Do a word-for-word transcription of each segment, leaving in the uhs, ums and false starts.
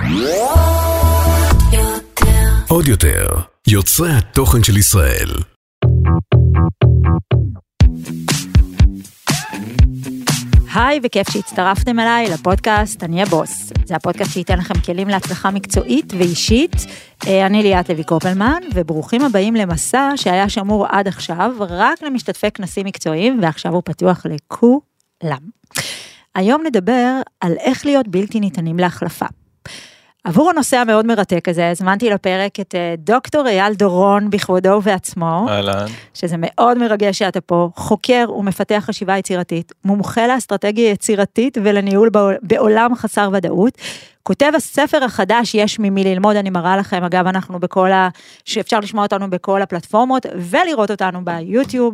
עוד יותר, יוצרי התוכן של ישראל. היי, וכיף שהצטרפתם אליי לפודקאסט אני הבוס. זה הפודקאסט שייתן לכם כלים להצלחה מקצועית ואישית. אני ליאת לוי קופלמן, וברוכים הבאים למסע שהיה שמור עד עכשיו רק למשתתפי כנסים מקצועיים, ועכשיו הוא פתוח לכולם. היום נדבר על איך להיות בלתי ניתנים להחלפה. עבור הנושא המאוד מרתק הזה, הזמנתי לפרק את דוקטור אייל דורון בכבודו ובעצמו, אהלן. שזה מאוד מרגש שאתה פה, חוקר ומפתח חשיבה יצירתית, מומחה לאסטרטגיה יצירתית ולניהול בעולם חסר ודאות, כותב הספר החדש, יש ממי ללמוד, אני מראה לכם, אגב אנחנו בכל ה... שאפשר לשמוע אותנו בכל הפלטפורמות, ולראות אותנו ביוטיוב,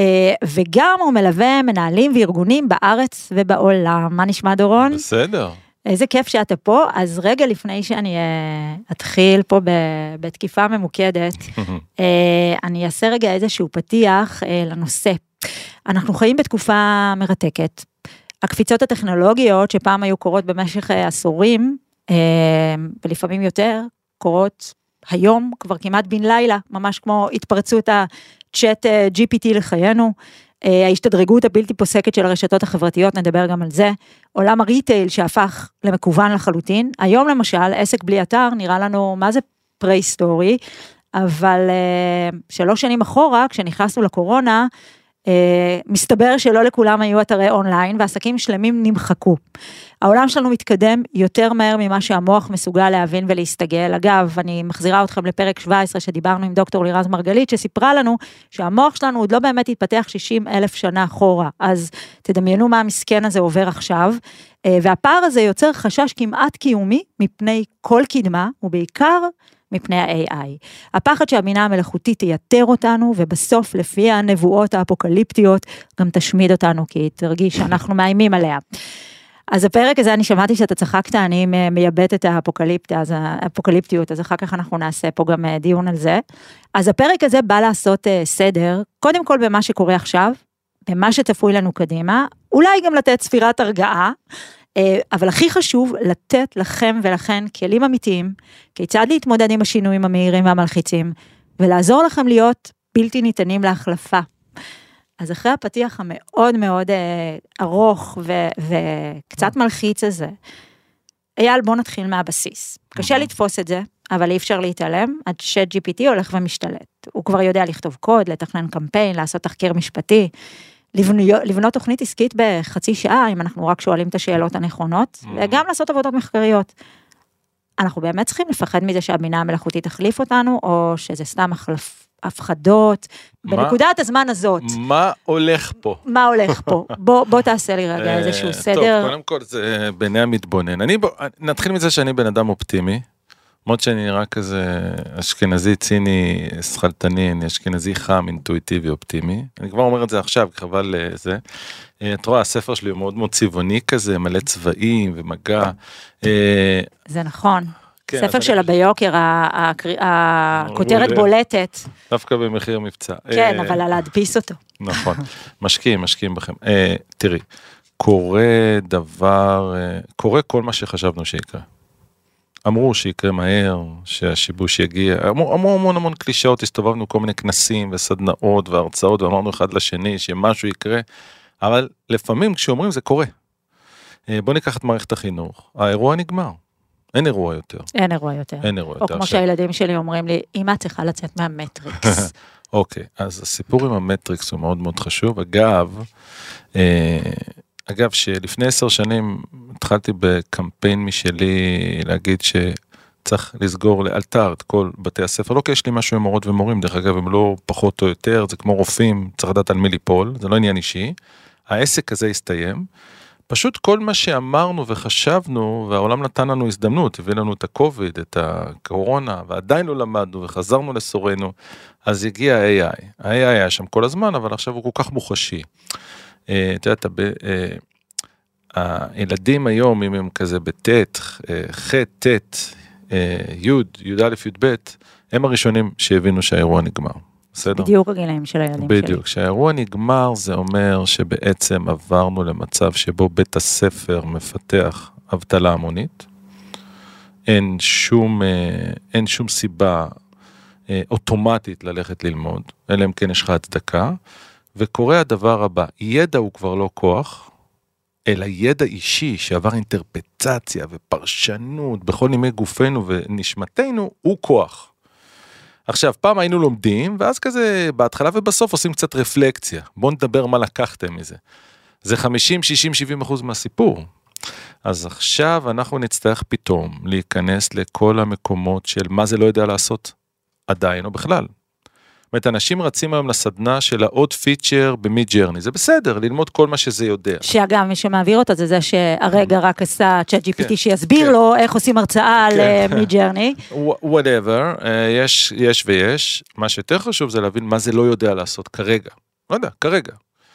וגם הוא מלווה מנהלים וארגונים בארץ ובעולם. מה נשמע דורון? בסדר. איזה כיף שאתה פה, אז רגע לפני שאני אתחיל פה בתקיפה ממוקדת, אני אעשה רגע איזשהו פתיח לנושא. אנחנו חיים בתקופה מרתקת. הקפיצות הטכנולוגיות שפעם היו קורות במשך עשורים, ולפעמים יותר, קורות היום כבר כמעט בן לילה, ממש כמו התפרצות הצ'אט ג'י פי טי לחיינו, ההשתדרגות הבלתי פוסקת של הרשתות החברתיות, נדבר גם על זה, עולם הריטייל שהפך למקוון לחלוטין, היום למשל עסק בלי אתר נראה לנו מה זה פרה-היסטורי, אבל שלוש שנים אחורה כשנכנסנו לקורונה, מסתבר שלא לכולם היו אתרי אונליין, ועסקים שלמים נמחקו. העולם שלנו מתקדם יותר מהר ממה שהמוח מסוגל להבין ולהסתגל. אגב, אני מחזירה אתכם לפרק שבע עשרה שדיברנו עם דוקטור לירז מרגלית, שסיפרה לנו שהמוח שלנו עוד לא באמת התפתח שישים אלף שנה אחורה. אז תדמיינו מה המסכן הזה עובר עכשיו, והפער הזה יוצר חשש כמעט קיומי מפני כל קדמה, ובעיקר מפני ה-איי איי. הפחד שהבינה המלאכותית תייתר אותנו, ובסוף לפי הנבואות האפוקליפטיות, גם תשמיד אותנו, כי תרגיש שאנחנו מאיימים עליה. אז הפרק הזה, אני שמעתי שאתה צחקת, אני מייבט את האפוקליפטיות, אז אחר כך אנחנו נעשה פה גם דיון על זה. אז הפרק הזה בא לעשות סדר, קודם כל במה שקורה עכשיו, במה שצפוי לנו קדימה, אולי גם לתת ספירת הרגעה, אבל הכי חשוב, לתת לכם ולכן כלים אמיתיים, כיצד להתמודד עם השינויים המהירים והמלחיצים, ולעזור לכם להיות בלתי ניתנים להחלפה. אז אחרי הפתיח המאוד מאוד ארוך ו- וקצת מלחיץ הזה, אייל, בוא נתחיל מהבסיס. קשה לתפוס את זה, אבל אי אפשר להתעלם, עד צ'אט ג'י פי טי הולך ומשתלט. הוא כבר יודע לכתוב קוד, לתכנן קמפיין, לעשות תחקיר משפטי, לבנות, לבנות תוכנית עסקית בחצי שעה, אם אנחנו רק שואלים את השאלות הנכונות, וגם לעשות עבודות מחקריות. אנחנו באמת צריכים לפחד מזה שהבינה המלאכותית תחליף אותנו, או שזה סתם החלף, הפחדות, בנקודת הזמן הזאת. מה הולך פה? מה הולך פה? בוא, בוא תעשה לי רגע איזשהו סדר. טוב, קודם כל זה בעיני המתבונן. אני, נתחיל מזה שאני בן אדם אופטימי, מאוד שאני נראה כזה אשכנזי, ציני, שכלתני, אני אשכנזי חם, אינטואיטיבי, אופטימי. אני כבר אומר את זה עכשיו, חבל זה. את רואה, הספר שלי הוא מאוד מאוד צבעוני כזה, מלא צבעים ומגע. זה נכון. ספר שלה ביוקר, הכותרת בולטת. דווקא במחיר מבצע. כן, אבל להדפיס אותו. נכון, משקיעים, משקיעים בכם. תראי, קורה דבר, קורה כל מה שחשבנו שיקרה. אמרו שיקרה מהר, שהשיבוש יגיע, אמרו המון המון קלישאות, הסתובבנו כל מיני כנסים וסדנאות והרצאות, ואמרנו אחד לשני שמשהו יקרה, אבל לפעמים כשאומרים זה קורה. בוא ניקח את מערכת החינוך, האירוע נגמר, אין אירוע יותר. אין אירוע יותר. אין אירוע יותר. או כמו שהילדים שלי אומרים לי, אמא צריכה לצאת מהמטריקס. אוקיי, אז הסיפור עם המטריקס הוא מאוד מאוד חשוב, אגב, אגב, שלפני עשר שנים התחלתי בקמפיין משלי להגיד שצריך לסגור לאלתר את כל בתי הספר, לא כי יש לי משהו עם מורות ומורים, דרך אגב, הם לא פחות או יותר, זה כמו רופאים, צריך לדעת על מי ליפול, זה לא עניין אישי, העסק הזה הסתיים, פשוט כל מה שאמרנו וחשבנו, והעולם נתן לנו הזדמנות, הביא לנו את הקוביד, את הקורונה, ועדיין לא למדנו וחזרנו לסורנו, אז הגיע ה-איי איי, ה-איי איי היה שם כל הזמן, אבל עכשיו הוא כל כך מוחשי. אתה יודע, הילדים היום, אם הם כזה בטט, ח' ט', י', י' א', י' ב', הם הראשונים שהבינו שהאירוע נגמר. בסדר? בדיוק הגילאים של הילדים שלי. בדיוק, כשהאירוע נגמר זה אומר שבעצם עברנו למצב שבו בית הספר מפתח אבטלה המונית, אין שום, אין שום סיבה אוטומטית ללכת ללמוד, אלא אם כן יש לך הצדקה, וקורה הדבר הבא, ידע הוא כבר לא כוח, אלא ידע אישי שעבר אינטרפטציה ופרשנות בכל נימי גופנו ונשמתנו, הוא כוח. עכשיו, פעם היינו לומדים, ואז כזה בהתחלה ובסוף עושים קצת רפלקציה. בואו נדבר מה לקחתם מזה. זה חמישים, שישים, שבעים אחוז מהסיפור. אז עכשיו אנחנו נצטרך פתאום להיכנס לכל המקומות של מה זה לא יודע לעשות עדיין או בכלל. זאת אומרת, אנשים רצים היום לסדנה של העוד פיצ'ר במיד ג'רני, זה בסדר, ללמוד כל מה שזה יודע. שאגב, מי שמעביר אותו זה זה שהרגע רק עשה צ'אט ג'י פי טי שיסביר לו איך עושים הרצאה למיד ג'רני. whatever, יש, יש ויש, מה שיותר חשוב זה להבין מה זה לא יודע לעשות כרגע, לא יודע, כרגע.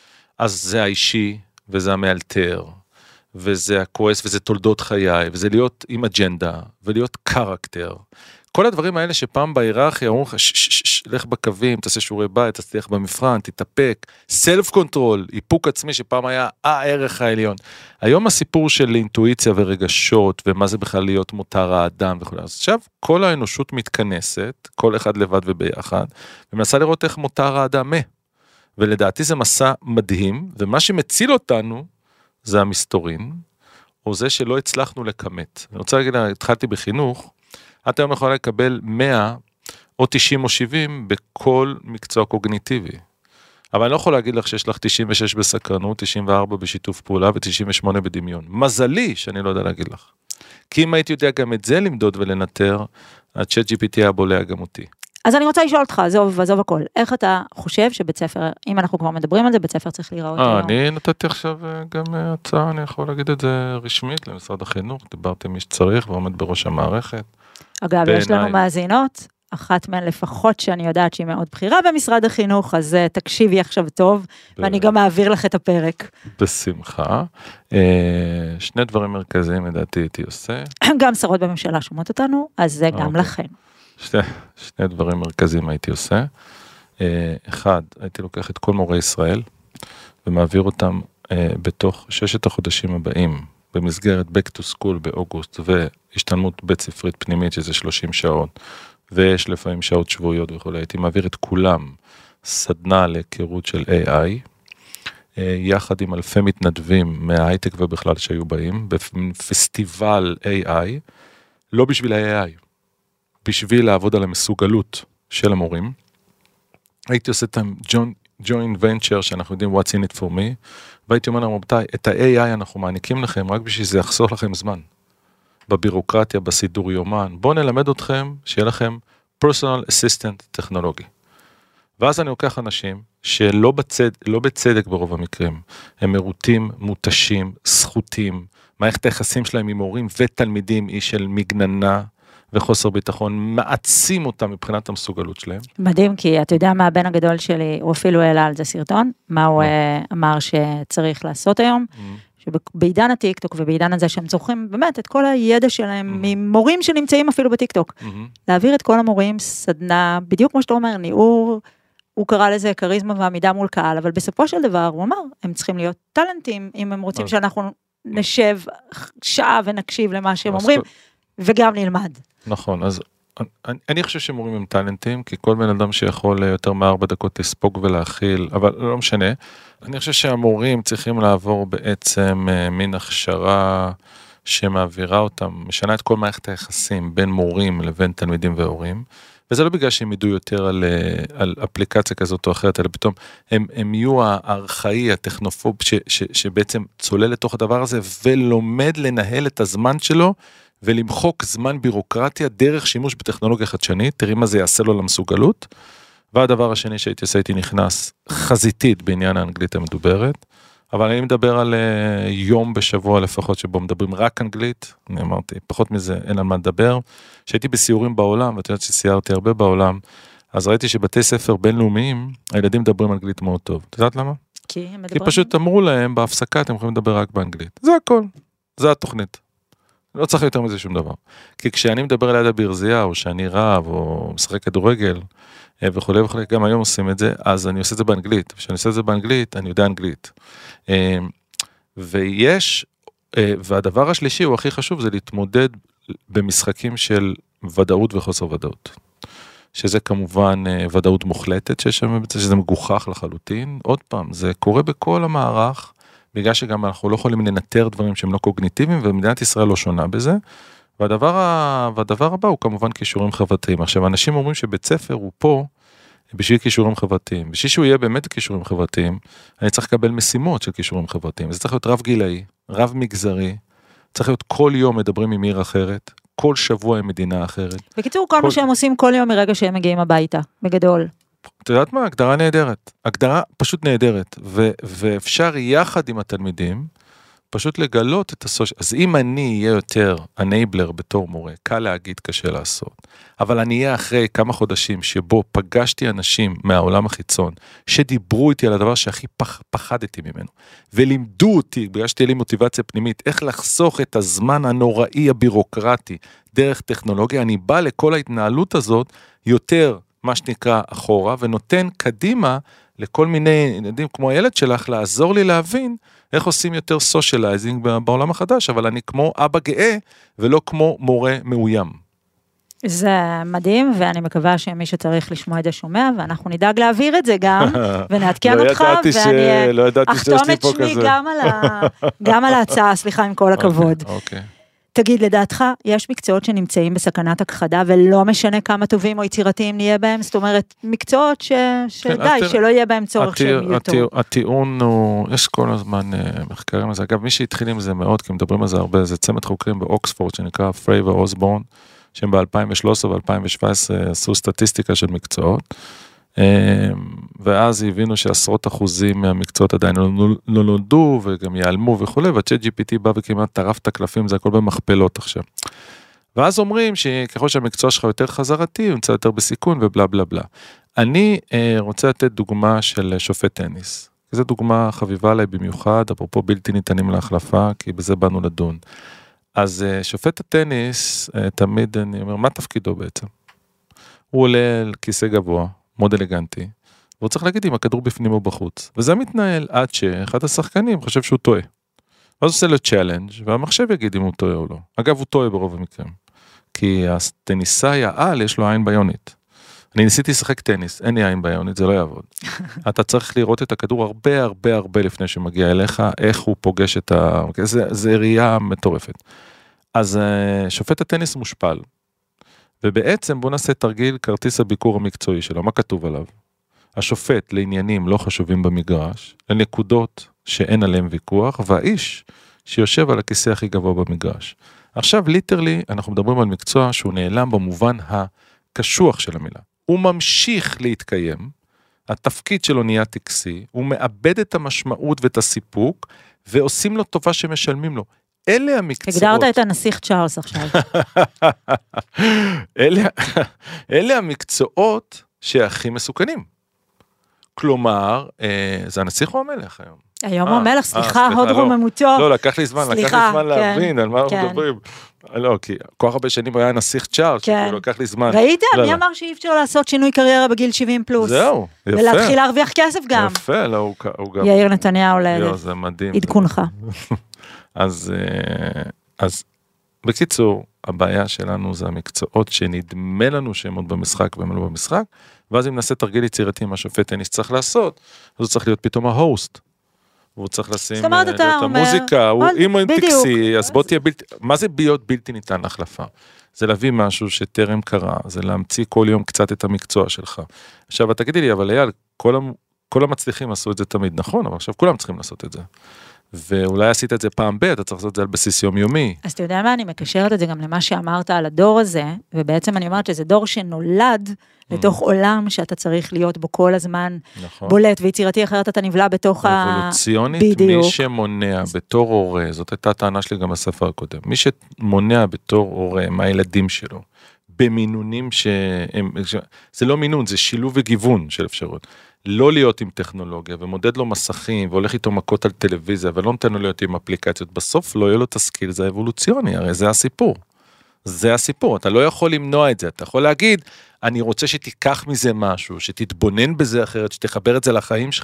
אז זה האישי, וזה המאלתר, וזה הכועס, וזה תולדות חיי, וזה להיות עם אג'נדה, ולהיות קרקטר. כל הדברים האלה שפעם בהיררכיה אמרו לך, לך בקווים, תעשה שיעורי בית, תצליח במבחן, תתאפק, סלף קונטרול, איפוק עצמי שפעם היה הערך העליון. היום הסיפור של אינטואיציה ורגשות, ומה זה בכלל להיות מותר האדם וכו'. אז עכשיו כל האנושות מתכנסת, כל אחד לבד וביחד, ומנסה לראות איך מותר האדם מה. ולדעתי זה מסע מדהים, ומה שמציל אותנו, זה המסתורין, או זה שלא הצלחנו לקמת. אני רוצה להגיד, התחלתי בחינוך, אתה היום יכולה לקבל מאה או תשעים או שבעים בכל מקצוע קוגניטיבי. אבל אני לא יכול להגיד לך שיש לך תשעים ושש בסקרנות, תשעים וארבע בשיתוף פעולה ו-תשעים ושמונה בדמיון. מזלי שאני לא יודע להגיד לך. כי אם הייתי יודע גם את זה למדוד ולנטר, הצ'אט ג'י פי טי היה בולע גם אותי. אז אני רוצה לשאול אותך, עזוב, עזוב הכל. איך אתה חושב שבית ספר, אם אנחנו כבר מדברים על זה, בית ספר צריך להיראות? אה, אני נתתי עכשיו גם הצעה, אני יכול להגיד את זה רשמית למשרד החינוך, דיברתי מי שצריך ועומד בראש המערכת. אגב, יש לנו מאזינות, אחת מהן לפחות שאני יודעת שהיא מאוד בחירה במשרד החינוך, אז תקשיבי עכשיו טוב, ואני גם מעביר לך את הפרק. בשמחה. שני דברים מרכזיים לדעתי הייתי עושה. גם שרות בממשלה שומעות אותנו, אז זה גם לכם. שני, שני דברים מרכזיים הייתי עושה. אחד, הייתי לוקח את כל מורי ישראל, ומעביר אותם בתוך ששת החודשים הבאים, במסגרת Back to School באוגוסט, והשתלמות בית ספרית פנימית, שזה שלושים שעות, ויש לפעמים שעות שבועיות וכו'. הייתי מעביר את כולם סדנה להיכרות של איי איי, יחד עם אלפי מתנדבים מההייטק ובכלל שהיו באים, בפסטיבל איי איי, לא בשביל ה-איי איי, בשביל לעבוד על המסוגלות של המורים. הייתי עושה את ה-joint venture שאנחנו יודעים what's in it for me, והייתי אומר להם, רבותיי, את ה-איי איי אנחנו מעניקים לכם רק בשביל זה יחסוך לכם זמן. בבירוקרטיה, בסידור יומן. בואו נלמד אתכם שיהיה לכם personal assistant טכנולוגי. ואז אני לוקח אנשים שלא בצד, לא בצדק ברוב המקרים, הם מרוטים, מותשים, זכותים, מערכת היחסים שלהם עם הורים ותלמידים היא של מגננה וחוסר ביטחון, מעצים אותם מבחינת המסוגלות שלהם. מדהים, כי אתה יודע מה הבן הגדול שלי, הוא אפילו העלה על זה סרטון, מה הוא אמר שצריך לעשות היום, שבעידן הטיקטוק ובעידן הזה שהם צורכים באמת את כל הידע שלהם ממורים שנמצאים אפילו בטיקטוק, להעביר את כל המורים סדנה, בדיוק כמו שאתה אומר, ניעור, הוא קרא לזה קריזמה ועמידה מול קהל, אבל בסופו של דבר הוא אמר, הם צריכים להיות טלנטים, אם הם רוצים שאנחנו נשב שעה ונקשיב למה שהם אומרים, וגם נלמד. נכון, אז אני, אני חושב שמורים הם טלנטים, כי כל בן אדם שיכול יותר מארבע דקות לספוג ולהכיל, אבל לא משנה. אני חושב שהמורים צריכים לעבור בעצם מין הכשרה שמעבירה אותם, משנה את כל מערכת היחסים בין מורים לבין תלמידים והורים, וזה לא בגלל שהם ידעו יותר על, על אפליקציה כזאת או אחרת, אלא פתאום הם, הם יהיו הארכאי, הטכנופוב, ש, ש, שבעצם צולל לתוך הדבר הזה, ולומד לנהל את הזמן שלו, ולמחוק זמן בירוקרטיה דרך שימוש בטכנולוגיה חדשנית, תראי מה זה יעשה לו למסוגלות, והדבר השני שהייתי עושה, הייתי נכנס חזיתית בעניין האנגלית המדוברת, אבל אני מדבר על יום בשבוע לפחות שבו מדברים רק אנגלית, אני אמרתי, פחות מזה אין על מה לדבר, שהייתי בסיורים בעולם, ואתה יודעת שסיירתי הרבה בעולם, אז ראיתי שבתי ספר בינלאומיים, הילדים מדברים אנגלית מאוד טוב, את יודעת למה? כי הם מדברים... כי פשוט אמרו להם, בהפסקה אתם יכולים לדבר רק באנגלית, זה הכל, זה התוכנית. לא צריך יותר מזה שום דבר. כי כשאני מדבר על יד הברזייה, או שאני רב, או משחק כדורגל, וכולי וכולי, גם היום עושים את זה, אז אני עושה את זה באנגלית. כשאני עושה את זה באנגלית, אני יודע אנגלית. ויש, והדבר השלישי, הוא הכי חשוב, זה להתמודד במשחקים של ודאות וחוסר ודאות. שזה כמובן ודאות מוחלטת, שזה מגוחך לחלוטין. עוד פעם, זה קורה בכל המערך, בגלל שגם אנחנו לא יכולים לנטר דברים שהם לא קוגניטיביים, ומדינת ישראל לא שונה בזה. והדבר, והדבר הבא הוא כמובן כישורים חברתיים. עכשיו, אנשים אומרים שבית ספר הוא פה בשביל כישורים חברתיים. בשביל שהוא יהיה באמת כישורים חברתיים, אני צריך לקבל משימות של כישורים חברתיים. זה צריך להיות רב גילאי, רב מגזרי, צריך להיות כל יום מדברים עם עיר אחרת, כל שבוע עם מדינה אחרת. בקיצור, כל, כל... מה שהם עושים כל יום מרגע שהם מגיעים הביתה, בגדול. את יודעת מה? הגדרה נהדרת. הגדרה פשוט נהדרת. ו- ואפשר יחד עם התלמידים, פשוט לגלות את הסוש... אז אם אני אהיה יותר אנייבלר בתור מורה, קל להגיד, קשה לעשות. אבל אני אהיה אחרי כמה חודשים שבו פגשתי אנשים מהעולם החיצון, שדיברו איתי על הדבר שהכי פח, פחדתי ממנו, ולימדו אותי, בגלל שתהיה לי מוטיבציה פנימית, איך לחסוך את הזמן הנוראי הבירוקרטי, דרך טכנולוגיה, אני בא לכל ההתנהלות הזאת, יותר מה שנקרא אחורה, ונותן קדימה לכל מיני ילדים כמו הילד שלך, לעזור לי להבין איך עושים יותר סושיאלייזינג בעולם החדש, אבל אני כמו אבא גאה, ולא כמו מורה מאוים. זה מדהים, ואני מקווה שמי שצריך לשמוע את זה שומע, ואנחנו נדאג להעביר את זה גם, ונעדכן אותך, ואני אחתום את שמי גם על ההצעה, סליחה, עם כל הכבוד. אוקיי. תגיד, לדעתך, יש מקצועות שנמצאים בסכנת הכחדה, ולא משנה כמה טובים או יצירתיים נהיה בהם? זאת אומרת, מקצועות שדי, שלא יהיה בהם צורך שהם יהיו טוב. הטיעון הוא, יש כל הזמן מחקרים על זה. אגב, מי שהתחיל עם זה מאוד, כי מדברים על זה הרבה, זה צמד חוקרים באוקספורד, שנקרא פריי ואוסבורן, שהם ב-אלפיים ושלוש עשרה ו-אלפיים שבע עשרה עשו סטטיסטיקה של מקצועות, ואז הבינו שעשרות אחוזים מהמקצועות עדיין לא נולדו, וגם ייעלמו וכו', וה-צ'אט ג'י פי טי בא וכמעט טרף את הקלפים, זה הכל במכפלות עכשיו. ואז אומרים שככל שהמקצוע שלך יותר חזרתי, הוא נמצא יותר בסיכון ובלה בלה בלה. אני רוצה לתת דוגמה של שופט טניס. זו דוגמה חביבה עליי במיוחד, אפרופו בלתי ניתנים להחלפה, כי בזה באנו לדון. אז שופט הטניס, תמיד אני אומר, מה תפקידו בעצם? הוא עולה על כיסא גבוה, מאוד אלגנטי, והוא צריך להגיד אם הכדור בפנים או בחוץ. וזה מתנהל עד שאחד השחקנים חושב שהוא טועה. אז עושה לו צ'אלנג' והמחשב יגיד אם הוא טועה או לא. אגב, הוא טועה ברוב המקרים. כי הטניסאי העל יש לו עין ביונית. אני ניסיתי לשחק טניס, אין לי עין ביונית, זה לא יעבוד. אתה צריך לראות את הכדור הרבה הרבה הרבה לפני שמגיע אליך, איך הוא פוגש את ה... זה, זה ראייה מטורפת. אז שופט הטניס מושפל. ובעצם בוא נעשה תרגיל כרטיס הביקור המקצועי שלו, מה כתוב עליו? השופט לעניינים לא חשובים במגרש, לנקודות שאין עליהם ויכוח, והאיש שיושב על הכיסא הכי גבוה במגרש. עכשיו ליטרלי אנחנו מדברים על מקצוע שהוא נעלם במובן הקשוח של המילה. הוא ממשיך להתקיים, התפקיד שלו נהיה טקסי, הוא מאבד את המשמעות ואת הסיפוק, ועושים לו טובה שמשלמים לו. אלה המקצועות. הגדרת את הנסיך צ'ארלס עכשיו. אלה, אלה המקצועות שהכי מסוכנים. כלומר, זה הנסיך או המלך היום? היום הוא המלך, סליחה, הוד רוממותו. לא, לקח לי זמן, לקח לי זמן להבין על מה אנחנו מדברים. לא, כי כל הרבה שנים הוא היה נסיך צ'ארלס, כאילו לקח לי זמן. ראית? מי אמר שאי אפשר לעשות שינוי קריירה בגיל שבעים פלוס? זהו, יפה. ולהתחיל להרוויח כסף גם. יפה, לא, הוא גם... יאיר נתניהו לערב. זה מדהים. עדכונך. אז, אז בקיצור, הבעיה שלנו זה המקצועות שנדמה לנו שהם עוד במשחק והם לא במשחק, ואז אם נעשה תרגיל יצירתי מה שופט טניס צריך לעשות, אז הוא צריך להיות פתאום ההוסט, והוא צריך לשים את המוזיקה, אם הוא טקסי, אז בוא תהיה בלתי, מה זה להיות בלתי ניתן להחלפה? זה להביא משהו שטרם קרה, זה להמציא כל יום קצת את המקצוע שלך. עכשיו, תגידי לי, אבל אייל, כל המצליחים עשו את זה תמיד, נכון, אבל עכשיו כולם צריכים לעשות את זה. ואולי עשית את זה פעם ב', אתה צריך לעשות את זה על בסיס יומיומי. אז אתה יודע מה, אני מקשרת את זה גם למה שאמרת על הדור הזה, ובעצם אני אומרת שזה דור שנולד לתוך עולם שאתה צריך להיות בו כל הזמן בולט ויצירתי, אחרת אתה נבלע בתוך ה... אבולוציונית, מי שמונע בתור הורה, זאת הייתה הטענה שלי גם בספר הקודם, מי שמונע בתור הורה מהילדים שלו, במינונים שהם, זה לא מינון, זה שילוב וגיוון של אפשרות. לא להיות עם טכנולוגיה, ומודד לו מסכים, והולך איתו מכות על טלוויזיה, ולא נותן לו להיות עם אפליקציות, בסוף לא יהיה לו את הסקיל, זה האבולוציוני, הרי זה הסיפור. זה הסיפור, אתה לא יכול למנוע את זה, אתה יכול להגיד, אני רוצה שתיקח מזה משהו, שתתבונן בזה אחרת, שתחבר את זה לחיים שלך,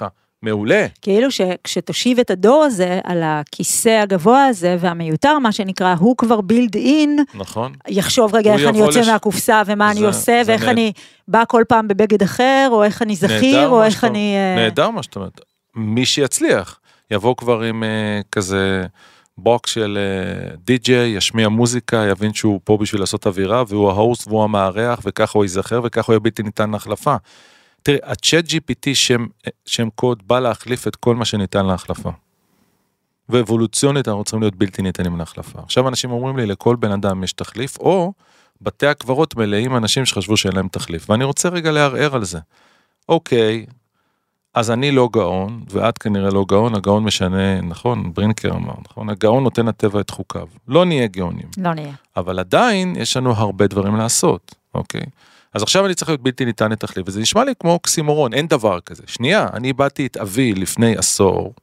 מעולה. כאילו שכשתושיב את הדור הזה על הכיסא הגבוה הזה והמיותר, מה שנקרא, הוא כבר בילד אין, נכון. יחשוב רגע איך אני יוצא לש... מהקופסה ומה זה, אני עושה, ואיך נהד... אני בא כל פעם בבגד אחר, או איך אני זכיר, או איך אני... נהדר מה שאתה אומרת. מי שיצליח, יבוא כבר עם uh, כזה בוקס של uh, די-ג'יי, ישמיע מוזיקה, יבין שהוא פה בשביל לעשות אווירה, והוא ההוסט והוא המארח, וככה הוא ייזכר, וככה הוא יהיה בלתי ניתן להחלפה. תראי, ה-צ'אט ג'י פי טי שם, שם קוד בא להחליף את כל מה שניתן להחלפה. ואבולוציונית אנחנו צריכים להיות בלתי ניתנים להחלפה. עכשיו אנשים אומרים לי, לכל בן אדם יש תחליף, או בתי הקברות מלאים אנשים שחשבו שאין להם תחליף. ואני רוצה רגע לערער על זה. אוקיי, אז אני לא גאון, ואת כנראה לא גאון, הגאון משנה, נכון, ברינקר אמר, נכון, הגאון נותן הטבע את חוקיו. לא נהיה גאונים. לא נהיה. אבל עדיין יש לנו הרבה דברים לעשות, אוקיי? אז עכשיו אני צריך להיות בלתי ניתן לתחליף, וזה נשמע לי כמו אוקסימורון, אין דבר כזה. שנייה, אני איבדתי את אבי לפני עשור,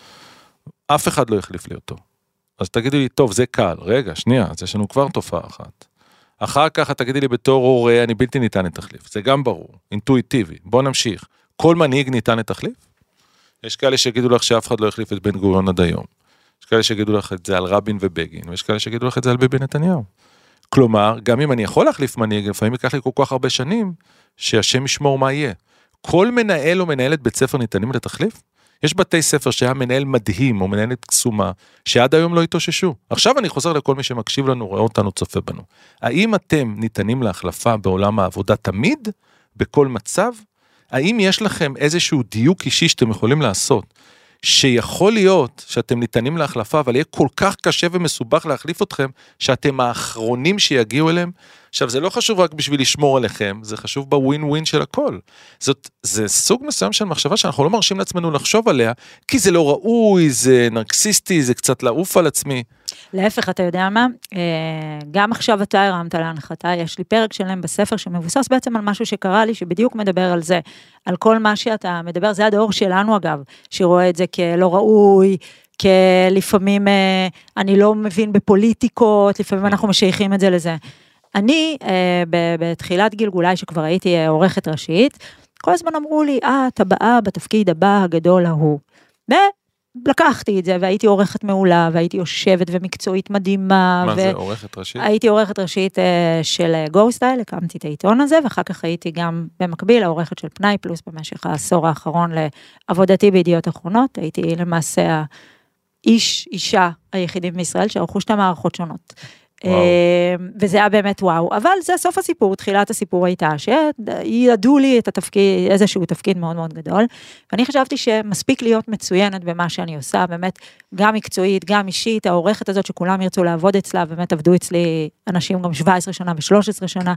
אף אחד לא החליף לי אותו. אז תגידו לי, טוב, זה קל, רגע, שנייה, אז יש לנו כבר תופעה אחת. אחר כך תגידי לי בתור הורה, אני בלתי ניתן לתחליף, זה גם ברור, אינטואיטיבי, בוא נמשיך. כל מנהיג ניתן לתחליף? יש כאלה שיגידו לך שאף אחד לא החליף את בן גוריון עד היום. יש כאלה שיגידו לך את זה על רבין ובגין, ויש כאלה שיגידו לך את זה על ביבי נתניהו. כלומר, גם אם אני יכול להחליף מנהיג, לפעמים ייקח לי כל כך הרבה שנים, שהשם ישמור מה יהיה. כל מנהל או מנהלת בית ספר ניתנים לתחליף? יש בתי ספר שהיה מנהל מדהים, או מנהלת קסומה, שעד היום לא התאוששו. עכשיו אני חוזר לכל מי שמקשיב לנו, רואה אותנו, צופה בנו. האם אתם ניתנים להחלפה בעולם העבודה תמיד, בכל מצב? האם יש לכם איזשהו דיוק אישי שאתם יכולים לעשות, שיכול להיות שאתם ניתנים להחלפה, אבל יהיה כל כך קשה ומסובך להחליף אתכם, שאתם האחרונים שיגיעו אליהם? עכשיו, זה לא חשוב רק בשביל לשמור עליכם, זה חשוב בווין ווין של הכל. זאת, זה סוג מסוים של מחשבה שאנחנו לא מרשים לעצמנו לחשוב עליה, כי זה לא ראוי, זה נרקסיסטי, זה קצת לעוף על עצמי. להפך, אתה יודע מה? גם עכשיו אתה הרמת להנחתה, יש לי פרק שלם בספר שמבוסס בעצם על משהו שקרה לי, שבדיוק מדבר על זה, על כל מה שאתה מדבר, זה הדור שלנו אגב, שרואה את זה כלא ראוי, כלפעמים אני לא מבין בפוליטיקות, לפעמים אנחנו משייכים את זה לזה. אני, בתחילת גלגולי שכבר הייתי עורכת ראשית, כל הזמן אמרו לי, אה, אתה באה בתפקיד הבא הגדול ההוא. ולקחתי את זה, והייתי עורכת מעולה, והייתי יושבת ומקצועית מדהימה. מה זה, עורכת ראשית? הייתי עורכת ראשית של גו-סטייל, הקמתי את העיתון הזה, ואחר כך הייתי גם במקביל, העורכת של פנאי פלוס, במשך העשור האחרון לעבודתי בידיעות אחרונות, הייתי למעשה האיש, אישה היחידים בישראל, שערכו שתי מערכות שונות. וזה היה באמת וואו, אבל זה סוף הסיפור, תחילת הסיפור הייתה שידעו לי את התפקיד, איזשהו תפקיד מאוד מאוד גדול, ואני חשבתי שמספיק להיות מצוינת במה שאני עושה, באמת גם מקצועית, גם אישית, העורכת הזאת שכולם ירצו לעבוד אצלה, באמת עבדו אצלי אנשים גם שבע עשרה שנה ו-שלוש עשרה שנה,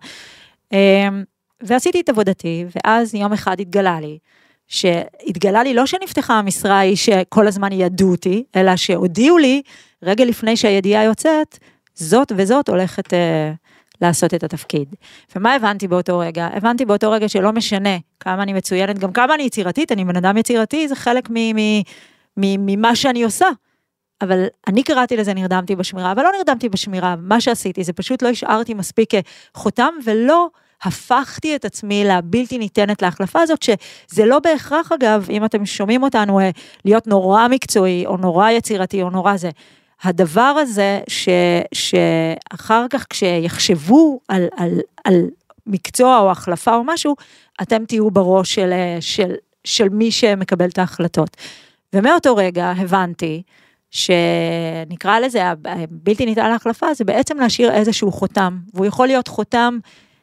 ועשיתי את עבודתי, ואז יום אחד התגלה לי, שהתגלה לי לא שנפתחה המשרה היא שכל הזמן ידעו אותי, אלא שהודיעו לי רגע לפני שהידיעה יוצאת, זאת וזאת הולכת אה, לעשות את התפקיד. ומה הבנתי באותו רגע? הבנתי באותו רגע שלא משנה כמה אני מצוינת, גם כמה אני יצירתית, אני בן אדם יצירתי, זה חלק ממה שאני עושה. אבל אני קראתי לזה, נרדמתי בשמירה, אבל לא נרדמתי בשמירה, מה שעשיתי זה פשוט לא השארתי מספיק חותם, ולא הפכתי את עצמי לבלתי ניתנת להחלפה הזאת, שזה לא בהכרח אגב, אם אתם שומעים אותנו, להיות נורא מקצועי, או נורא יצירתי, או נורא זה, הדבר הזה ש, שאחר כך כשיחשבו על, על, על מקצוע או החלפה או משהו, אתם תהיו בראש של, של, של מי שמקבל את ההחלטות. ומאותו רגע הבנתי שנקרא לזה, בלתי ניתן להחלפה, זה בעצם להשאיר איזשהו חותם, והוא יכול להיות חותם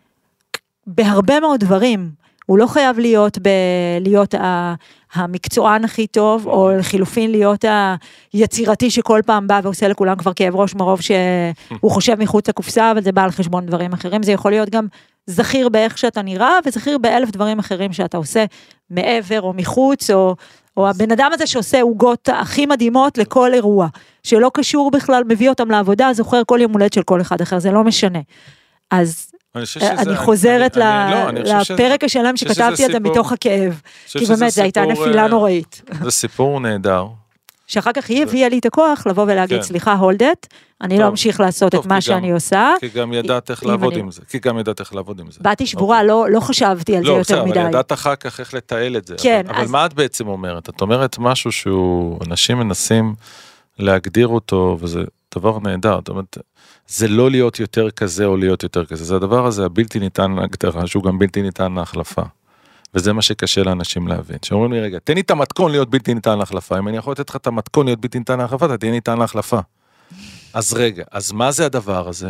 בהרבה מאוד דברים, הוא לא חייב להיות, ב, להיות ה, המקצוען הכי טוב, או לחילופין להיות היצירתי שכל פעם בא ועושה לכולם כבר כאב ראש מרוב שהוא חושב מחוץ לקופסה, אבל זה בא על חשבון דברים אחרים, זה יכול להיות גם זכיר באיך שאתה נראה, וזכיר באלף דברים אחרים שאתה עושה מעבר או מחוץ, או, או הבן אדם הזה שעושה עוגות הכי מדהימות לכל אירוע, שלא קשור בכלל, מביא אותם לעבודה, זוכר כל יום הולדת של כל אחד אחר, זה לא משנה. אז אני חוזרת לפרק השלם שכתבתי את זה מתוך הכאב, כי באמת זו הייתה נפילה נוראית. זה סיפור נהדר, שאחר כך היא הביאה לי את הכוח לבוא ולהגיד, סליחה, hold it, אני לא אמשיך לעשות את מה שאני עושה. כי גם ידעת איך לעבוד עם זה, כי גם ידעת איך לעבוד עם זה. באתי שבורה, לא חשבתי על זה יותר מדי. לא, אבל ידעת אחר כך איך לתעל את זה. אבל מה את בעצם אומרת? את אומרת משהו שהוא, אנשים מנסים להגדיר אותו, וזה דבר נהדר, זאת אומרת, זה לא להיות יותר כזה או להיות יותר כזה, זה הדבר הזה, הבלתי ניתן להגדרה, שהוא גם בלתי ניתן להחלפה. וזה מה שקשה לאנשים להבין. שאומרים לי, רגע, תן לי את המתכון להיות בלתי ניתן להחלפה, אם אני יכול לתת לך את המתכון להיות בלתי ניתן להחלפה, אתה תהיה ניתן להחלפה. אז רגע, אז מה זה הדבר הזה?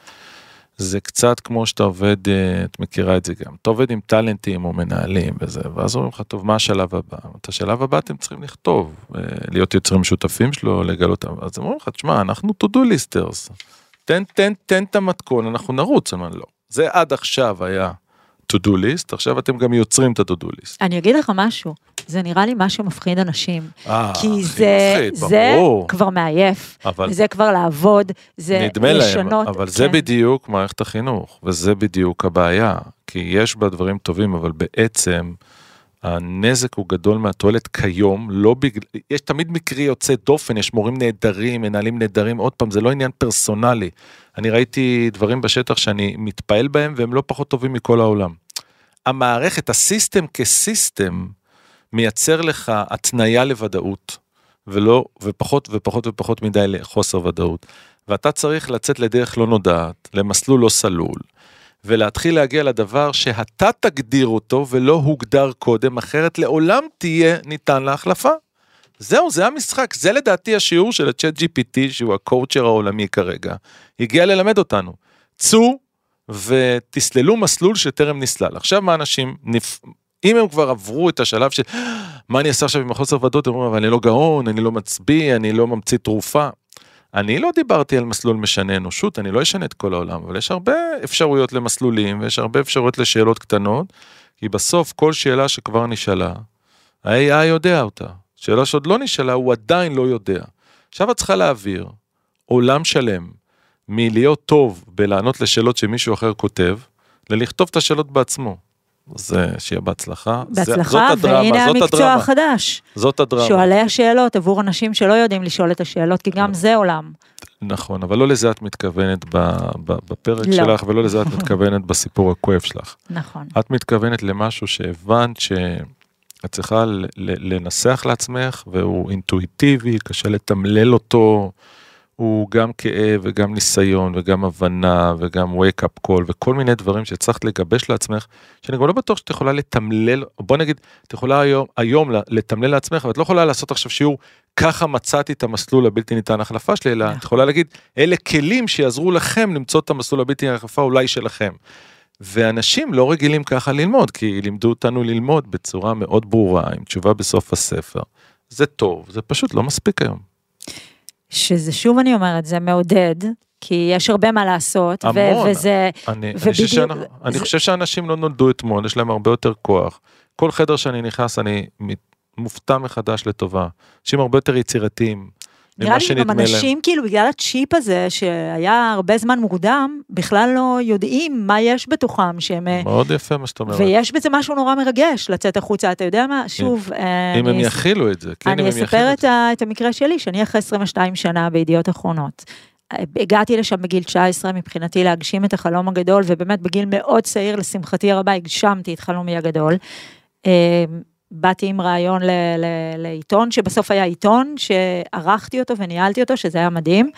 זה קצת כמו שאתה עובד, את מכירה את זה גם, אתה עובד עם טלנטים או מנהלים וזה, ואז אומרים לך, טוב, מה השלב הבא? את השלב הבא אתם צריכים לכתוב, להיות יוצרים שותפים שלו, לגלות, אז הם אומרים לך, תשמע, אנחנו to-do listers, תן, תן, תן את המתכון, אנחנו נרוץ, אני אומר, לא, זה עד עכשיו היה to-do list, עכשיו אתם גם יוצרים את ה-to-do list. אני אגיד לך משהו, זה נראה לי משהו מפחיד אנשים, אה, כי זה, מפחיד, זה ברור. כבר מעייף, אבל, זה כבר לעבוד, זה נדמה לשנות. להם, אבל כן. זה בדיוק מערכת החינוך, וזה בדיוק הבעיה, כי יש בה דברים טובים, אבל בעצם הנזק הוא גדול מהתועלת כיום, לא בגלל, יש תמיד מקרי יוצא דופן, יש מורים נהדרים, מנהלים נהדרים, עוד פעם, זה לא עניין פרסונלי, אני ראיתי דברים בשטח שאני מתפעל בהם, והם לא פחות טובים מכל העולם. המערכת, הסיסטם כסיסטם, מייצר לך התניה לוודאות, ולא, ופחות ופחות ופחות מדי לחוסר ודאות, ואתה צריך לצאת לדרך לא נודעת, למסלול לא סלול, ולהתחיל להגיע לדבר שאתה תגדיר אותו, ולא הוגדר קודם, אחרת לעולם תהיה ניתן להחלפה. זהו, זה המשחק, זה לדעתי השיעור של ה-צ'אט ג'י פי טי, שהוא הקואוצ'ר העולמי כרגע, הגיע ללמד אותנו. צאו ותסללו מסלול שטרם נסלל. עכשיו מה אנשים, נפ... אם הם כבר עברו את השלב של, מה אני אעשה עכשיו עם החוסר ודאות, הם אומרים, אבל אני לא גאון, אני לא מצביע, אני לא ממציא תרופה. אני לא דיברתי על מסלול משנה אנושות, אני לא אשנה את כל העולם, אבל יש הרבה אפשרויות למסלולים, ויש הרבה אפשרויות לשאלות קטנות, כי בסוף כל שאלה שכבר נשאלה, ה-איי איי יודע אותה. שאלה שעוד לא נשאלה, הוא עדיין לא יודע. עכשיו את צריכה להעביר עולם שלם, מלהיות טוב בלענות לשאלות שמישהו אחר כותב, ללכתוב את השאלות בעצמו. זה שיהיה בהצלחה. בהצלחה, והנה המקצוע החדש. זאת הדרמה. שואלי השאלות עבור אנשים שלא יודעים לשאול את השאלות, כי גם זה עולם. נכון, אבל לא לזה את מתכוונת בפרק שלך, ולא לזה את מתכוונת בסיפור הכואב שלך. נכון. את מתכוונת למשהו שהבנת שאת צריכה לנסח לעצמך, והוא אינטואיטיבי, קשה לתמלל אותו, הוא גם כאב וגם ניסיון וגם הבנה וגם wake up call וכל מיני דברים שצריכת לגבש לעצמך, שאני גם לא בטוח שאת יכולה לתמלל, בוא נגיד, את יכולה היום, היום לתמלל לעצמך, אבל את לא יכולה לעשות עכשיו שיעור, ככה מצאתי את המסלול הבלתי ניתן החלפה שלי, אלא את יכולה להגיד, אלה כלים שיעזרו לכם למצוא את המסלול הבלתי ניתן החלפה אולי שלכם. ואנשים לא רגילים ככה ללמוד, כי לימדו אותנו ללמוד בצורה מאוד ברורה, עם תשובה בסוף הספר. זה טוב, זה פשוט לא מספיק היום. שזה שוב אני אומרת, זה מעודד, כי יש הרבה מה לעשות, המון. וזה... אני, ובדיוק, אני, חושב, זה... אני חושב שאנשים לא נולדו אתמול, יש להם הרבה יותר כוח. כל חדר שאני נכנס, אני מופתע מחדש לטובה. אנשים הרבה יותר יצירתיים. נראה לי גם אנשים, כאילו, בגלל הצ'יפ הזה, שהיה הרבה זמן מוקדם, בכלל לא יודעים מה יש בתוכם, שהם... מאוד יפה מה שאתה אומרת. ויש בזה משהו נורא מרגש, לצאת החוצה, אתה יודע מה? שוב... אם הם יכילו את זה, כן, אם הם יכילו את זה. אני אספר את המקרה שלי, שאני אחרי עשרים ושתיים שנה בידיעות אחרונות. הגעתי לשם בגיל תשע עשרה, מבחינתי להגשים את החלום הגדול, ובאמת בגיל מאוד צעיר, לשמחתי הרבה, הגשמתי את חלומי הגדול. באתי עם רעיון ל- ל- לעיתון, שבסוף היה עיתון, שערכתי אותו וניהלתי אותו, שזה היה מדהים,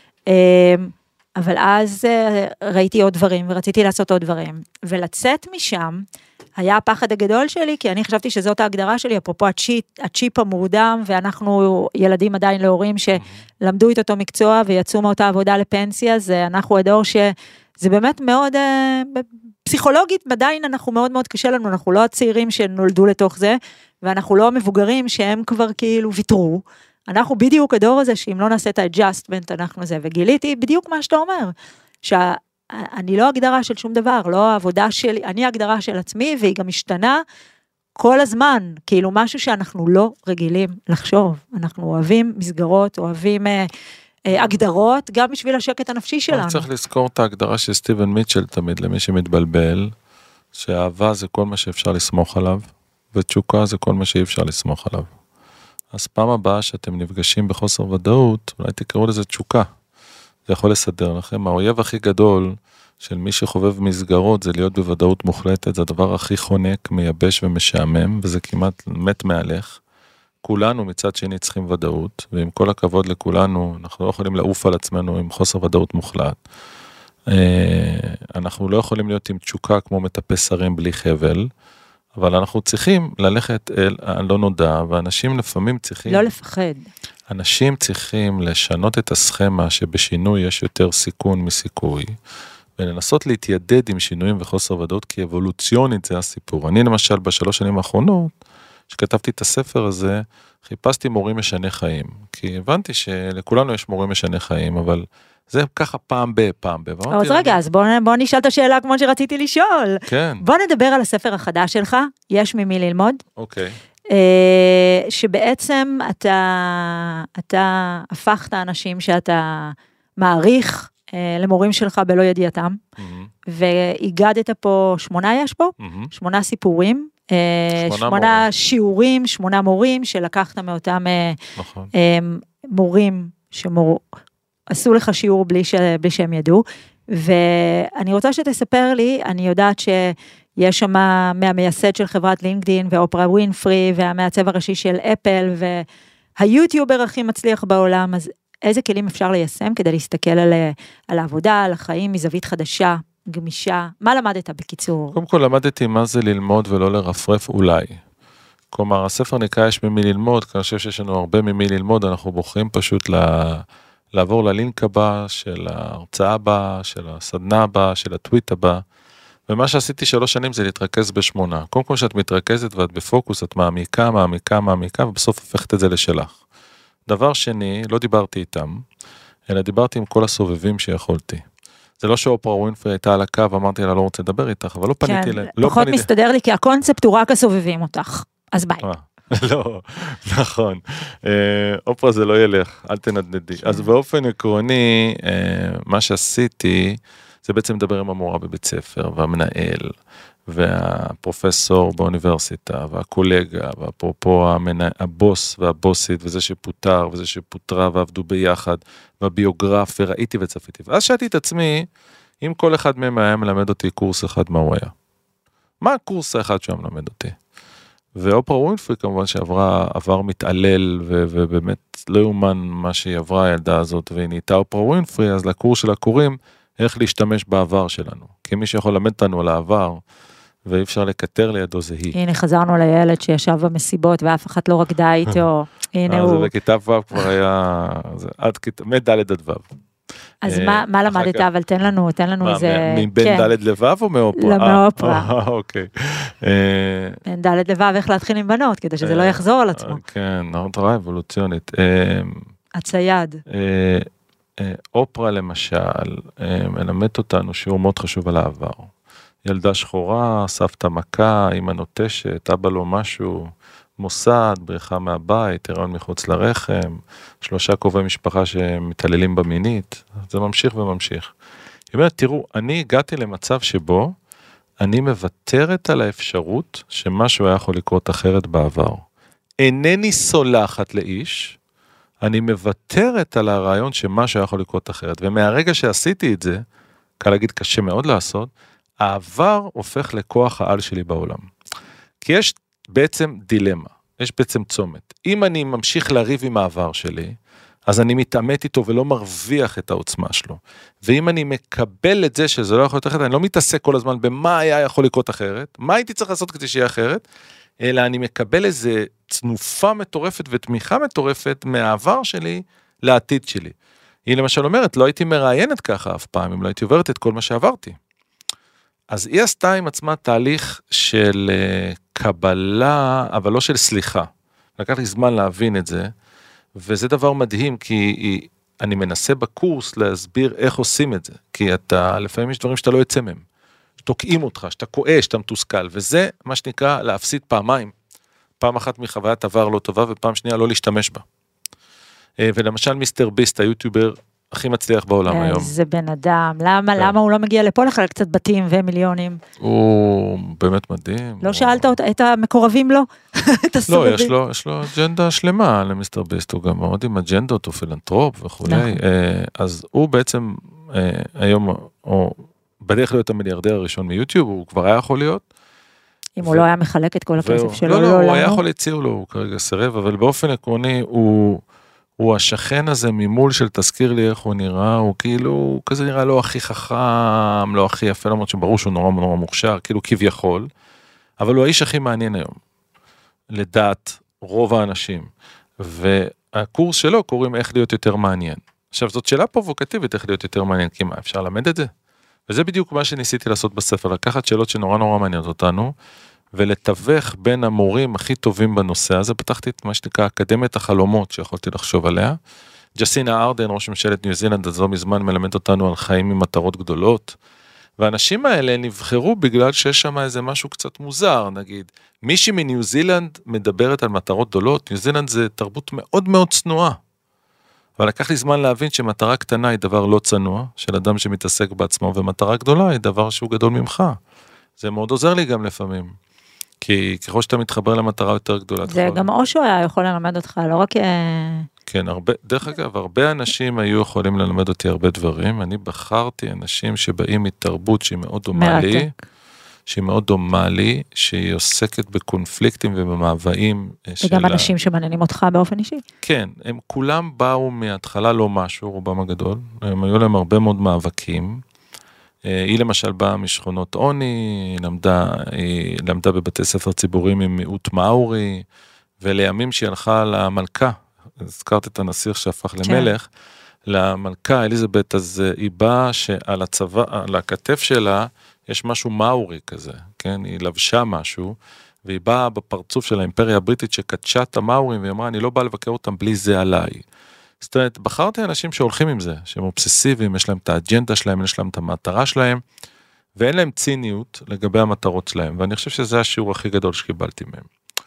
אבל אז ראיתי עוד דברים, ורציתי לעשות עוד דברים, ולצאת משם, היה הפחד הגדול שלי, כי אני חשבתי שזאת ההגדרה שלי, אפרופו הצ'יפ, הצ'יפ המורדם, ואנחנו ילדים עדיין להורים, שלמדו את אותו מקצוע, ויצאו מאותה עבודה לפנסיה, זה אנחנו הדור שזה באמת מאוד... פסיכולוגית, עדיין אנחנו מאוד מאוד קשה לנו, אנחנו לא הצעירים שנולדו לתוך זה, ואנחנו לא המבוגרים שהם כבר כאילו ויתרו, אנחנו בדיוק הדור הזה, שאם לא נעשה את ה-adjustment, אנחנו זה, וגיליתי בדיוק מה שאתה אומר, שאני לא הגדרה של שום דבר, לא העבודה שלי, אני הגדרה של עצמי, והיא גם משתנה כל הזמן, כאילו משהו שאנחנו לא רגילים לחשוב, אנחנו אוהבים מסגרות, אוהבים... הגדרות, גם בשביל השקט הנפשי שלנו. אני צריך לזכור את ההגדרה של סטיבן מיטשל תמיד, למי שמתבלבל, שאהבה זה כל מה שאפשר לסמוך עליו, ותשוקה זה כל מה שאי אפשר לסמוך עליו. אז פעם הבאה שאתם נפגשים בחוסר ודאות, אולי תקראו לזה תשוקה. זה יכול לסדר לכם. האויב הכי גדול של מי שחובב מסגרות, זה להיות בוודאות מוחלטת, זה הדבר הכי חונק, מייבש ומשעמם, וזה כמעט מת מהלך. כולנו מצד שני צריכים ודאות, ועם כל הכבוד לכולנו, אנחנו לא יכולים לעוף על עצמנו עם חוסר ודאות מוחלט. אנחנו לא יכולים להיות עם תשוקה כמו מטפס הרים בלי חבל, אבל אנחנו צריכים ללכת אל הלא נודע, ואנשים לפעמים צריכים... לא לפחד. אנשים צריכים לשנות את הסכמה שבשינוי יש יותר סיכון מסיכוי, ולנסות להתיידד עם שינויים וחוסר ודאות, כי אבולוציונית זה הסיפור. אני למשל בשלוש שנים האחרונות, שכתבתי את הספר הזה, חיפשתי מורים משני חיים, כי הבנתי שלכולנו יש מורים משני חיים, אבל זה ככה פעם בפעם ב. אז רגע, אז בוא, בוא נשאל את השאלה כמו שרציתי לשאול. כן. בוא נדבר על הספר החדש שלך, יש ממי ללמוד. אוקיי. שבעצם אתה, אתה הפכת אנשים שאתה מעריך למורים שלך בלא ידיעתם, והגדת פה, שמונה יש פה? שמונה סיפורים, שמונה שיעורים, שמונה מורים, שלקחת מאותם מורים שמור... עשו לך שיעור בלי, ש... בלי שהם ידעו, ואני רוצה שתספר לי, אני יודעת שיש שם מהמייסד של חברת לינקדין, ואופרה ווינפרי, והמעצב הראשי של אפל, והיוטיובר הכי מצליח בעולם, אז איזה כלים אפשר ליישם כדי להסתכל על, על העבודה, על החיים, מזווית חדשה, גמישה, מה למדת בקיצור? קודם כל למדתי מה זה ללמוד ולא לרפרף אולי. כלומר, הספר נקרא יש ממי ללמוד, כי אני חושב שיש לנו הרבה ממי ללמוד, אנחנו בוחרים פשוט ל... לעבור ללינק הבא, של ההרצאה הבאה, של הסדנה הבאה, של הטוויט הבא, ומה שעשיתי שלוש שנים זה להתרכז בשמונה. קודם כל שאת מתרכזת ואת בפוקוס, את מעמיקה, מעמיקה, מעמיקה, ובסוף הופכת את זה לשלך. דבר שני, לא דיברתי איתם, אלא דיברתי עם כל הסובבים שיכולתי. זה לא שאופרה ווינפרי הייתה על הקו, אמרתי לה לא רוצה לדבר איתך, אבל לא פניתי להם. כן, פחות מסתדר לי, כי הקונספט הוא רק הסובבים אותך, אז ביי. לא, נכון, אופרה זה לא ילך, אל תנדנדי. אז באופן עקרוני, מה שעשיתי, זה בעצם לדבר עם המורה בבית ספר, והמנהל, והפרופסור באוניברסיטה, והקולגה, ואפרופו הבוס והבוסית, וזה שפוטר, וזה שפוטרה, ועבדו ביחד, והביוגרף, וראיתי וצפיתי. ואז שאלתי את עצמי, אם כל אחד מהם היה מלמד אותי קורס אחד, מה הוא היה? מה הקורס האחד שהוא מלמד אותי? ואופרה ווינפרי כמובן שעברה, עבר מתעלל, ו- ובאמת לא יאומן מה שהיא עברה הילדה הזאת, והיא נהייתה אופרה ווינפרי, אז לקורס של הקוראים, איך להשתמש בעבר שלנו. כי מי שיכול למד אותנו על העבר, ואי אפשר לקטר לידו זה היא. הנה חזרנו לילד שישב במסיבות, ואף אחד לא רקדה איתו, הנה הוא. זה בכיתה ו' כבר היה, עד כיתה, מד' עד ו'. אז מה למדת, אבל תן לנו, תן לנו איזה... מבין ד' לב' או מאופרה? לא, מאופרה. אוקיי. בין ד' לב' איך להתחיל עם בנות, כדי שזה לא יחזור על עצמו. כן, נורא אבולוציונית. הצייד. אופרה למשל, מלמדת אותנו שיעור מאוד חשוב על העבר. ילדה שחורה, סבתא מכה, אמא נוטשת, אבא לא משהו... מוסד, בריחה מהבית, הריון מחוץ לרחם, שלושה קרובי משפחה שמתעללים במינית, זה ממשיך וממשיך. היא אומרת, תראו, אני הגעתי למצב שבו אני מוותרת על האפשרות שמשהו היה יכול לקרות אחרת בעבר. אינני סולחת לאיש, אני מוותרת על הרעיון שמשהו היה יכול לקרות אחרת, ומהרגע שעשיתי את זה, קל להגיד קשה מאוד לעשות, העבר הופך לכוח העל שלי בעולם. כי יש בעצם דילמה, יש בעצם צומת. אם אני ממשיך לריב עם העבר שלי, אז אני מתאמת איתו ולא מרוויח את העוצמה שלו. ואם אני מקבל את זה שזה לא יכול להיות אחרת, אני לא מתעסק כל הזמן במה היה יכול לקרות אחרת, מה הייתי צריך לעשות כדי שיהיה אחרת, אלא אני מקבל איזה צנופה מטורפת ותמיכה מטורפת מהעבר שלי לעתיד שלי. היא למשל אומרת, לא הייתי מראיינת ככה אף פעם, אם לא הייתי עוברת את כל מה שעברתי. אז היא עשתה עם עצמה תהליך של קבלה, אבל לא של סליחה. לקח לי זמן להבין את זה, וזה דבר מדהים, כי אני מנסה בקורס להסביר איך עושים את זה, כי אתה, לפעמים יש דברים שאתה לא יוצא מהם, שתוקעים אותך, שאתה כועס, שאתה מתוסכל, וזה מה שנקרא להפסיד פעמיים, פעם אחת מחוויית עבר לא טובה, ופעם שנייה לא להשתמש בה. ולמשל מיסטר ביסט, היוטיובר הכי מצליח בעולם היום. זה בן אדם, למה, למה הוא לא מגיע לפה לחלק קצת בתים ומיליונים? הוא באמת מדהים. לא שאלת את המקורבים לו? לא, יש לו, יש לו אג'נדה שלמה למיסטר ביסט, הוא גם מאוד עם אג'נדות, הוא פילנטרופ וכולי, אז הוא בעצם היום, או בדרך להיות המיליארדר הראשון מיוטיוב, הוא כבר היה יכול להיות. אם הוא לא היה מחלק את כל הכסף שלו, לא, לא, הוא היה יכול להציע לו, הוא כרגע סירב, אבל באופן עקרוני הוא... הוא השכן הזה ממול של תזכיר לי איך הוא נראה, הוא כאילו, הוא כזה נראה לא הכי חכם, לא הכי יפה, למרות שברור שהוא נורא נורא מוכשר, כאילו כביכול, אבל הוא האיש הכי מעניין היום, לדעת רוב האנשים, והקורס שלו קוראים איך להיות יותר מעניין. עכשיו, זאת שאלה פרובוקטיבית, איך להיות יותר מעניין, כי מה, אפשר למד את זה? וזה בדיוק מה שניסיתי לעשות בספר, לקחת שאלות שנורא נורא מעניינות אותנו, ולתווך בין המורים הכי טובים בנושא הזה, פתחתי את מה שנקרא אקדמיית החלומות שיכולתי לחשוב עליה. ג'סינה ארדן, ראש ממשלת ניו זילנד, אז לא מזמן מלמד אותנו על חיים עם מטרות גדולות, והאנשים האלה נבחרו בגלל שיש שם איזה משהו קצת מוזר, נגיד, מישהי מניו זילנד מדברת על מטרות גדולות, ניו זילנד זה תרבות מאוד מאוד צנועה, אבל לקח לי זמן להבין שמטרה קטנה היא דבר לא צנוע, של אדם שמתעסק בעצמו, ומטרה גדולה היא דבר שהוא גדול ממך. זה מאוד עוזר לי גם לפעמים. כי ככל שאתה מתחבר למטרה יותר גדולה. זה גם אושו היה יכול ללמד אותך, לא רק... כן, הרבה, דרך אגב, הרבה אנשים היו יכולים ללמד אותי הרבה דברים, אני בחרתי אנשים שבאים מתרבות שהיא מאוד דומה לי, שהיא מאוד דומה לי, שהיא עוסקת בקונפליקטים ובמאוויים שלה. וגם אנשים שמעניינים אותך באופן אישי. כן, הם כולם באו מההתחלה לא משהו, רובם הגדול, הם היו להם הרבה מאוד מאבקים, היא למשל באה משכונות עוני, היא למדה, היא למדה בבתי ספר ציבוריים עם מיעוט מאורי, ולימים שהיא הלכה למלכה, הזכרת את הנסיך שהפך למלך, למלכה אליזבת, אז היא באה שעל הצבא, על הכתף שלה, יש משהו מאורי כזה, כן? היא לבשה משהו, והיא באה בפרצוף של האימפריה הבריטית שקדשה את המאורים, והיא אמרה, אני לא באה לבקר אותם בלי זה עליי. זאת אומרת, בחרתי אנשים שהולכים עם זה, שהם אובססיביים, יש להם את האג'נדה שלהם, יש להם את המטרה שלהם, ואין להם ציניות לגבי המטרות שלהם, ואני חושב שזה השיעור הכי גדול שקיבלתי מהם.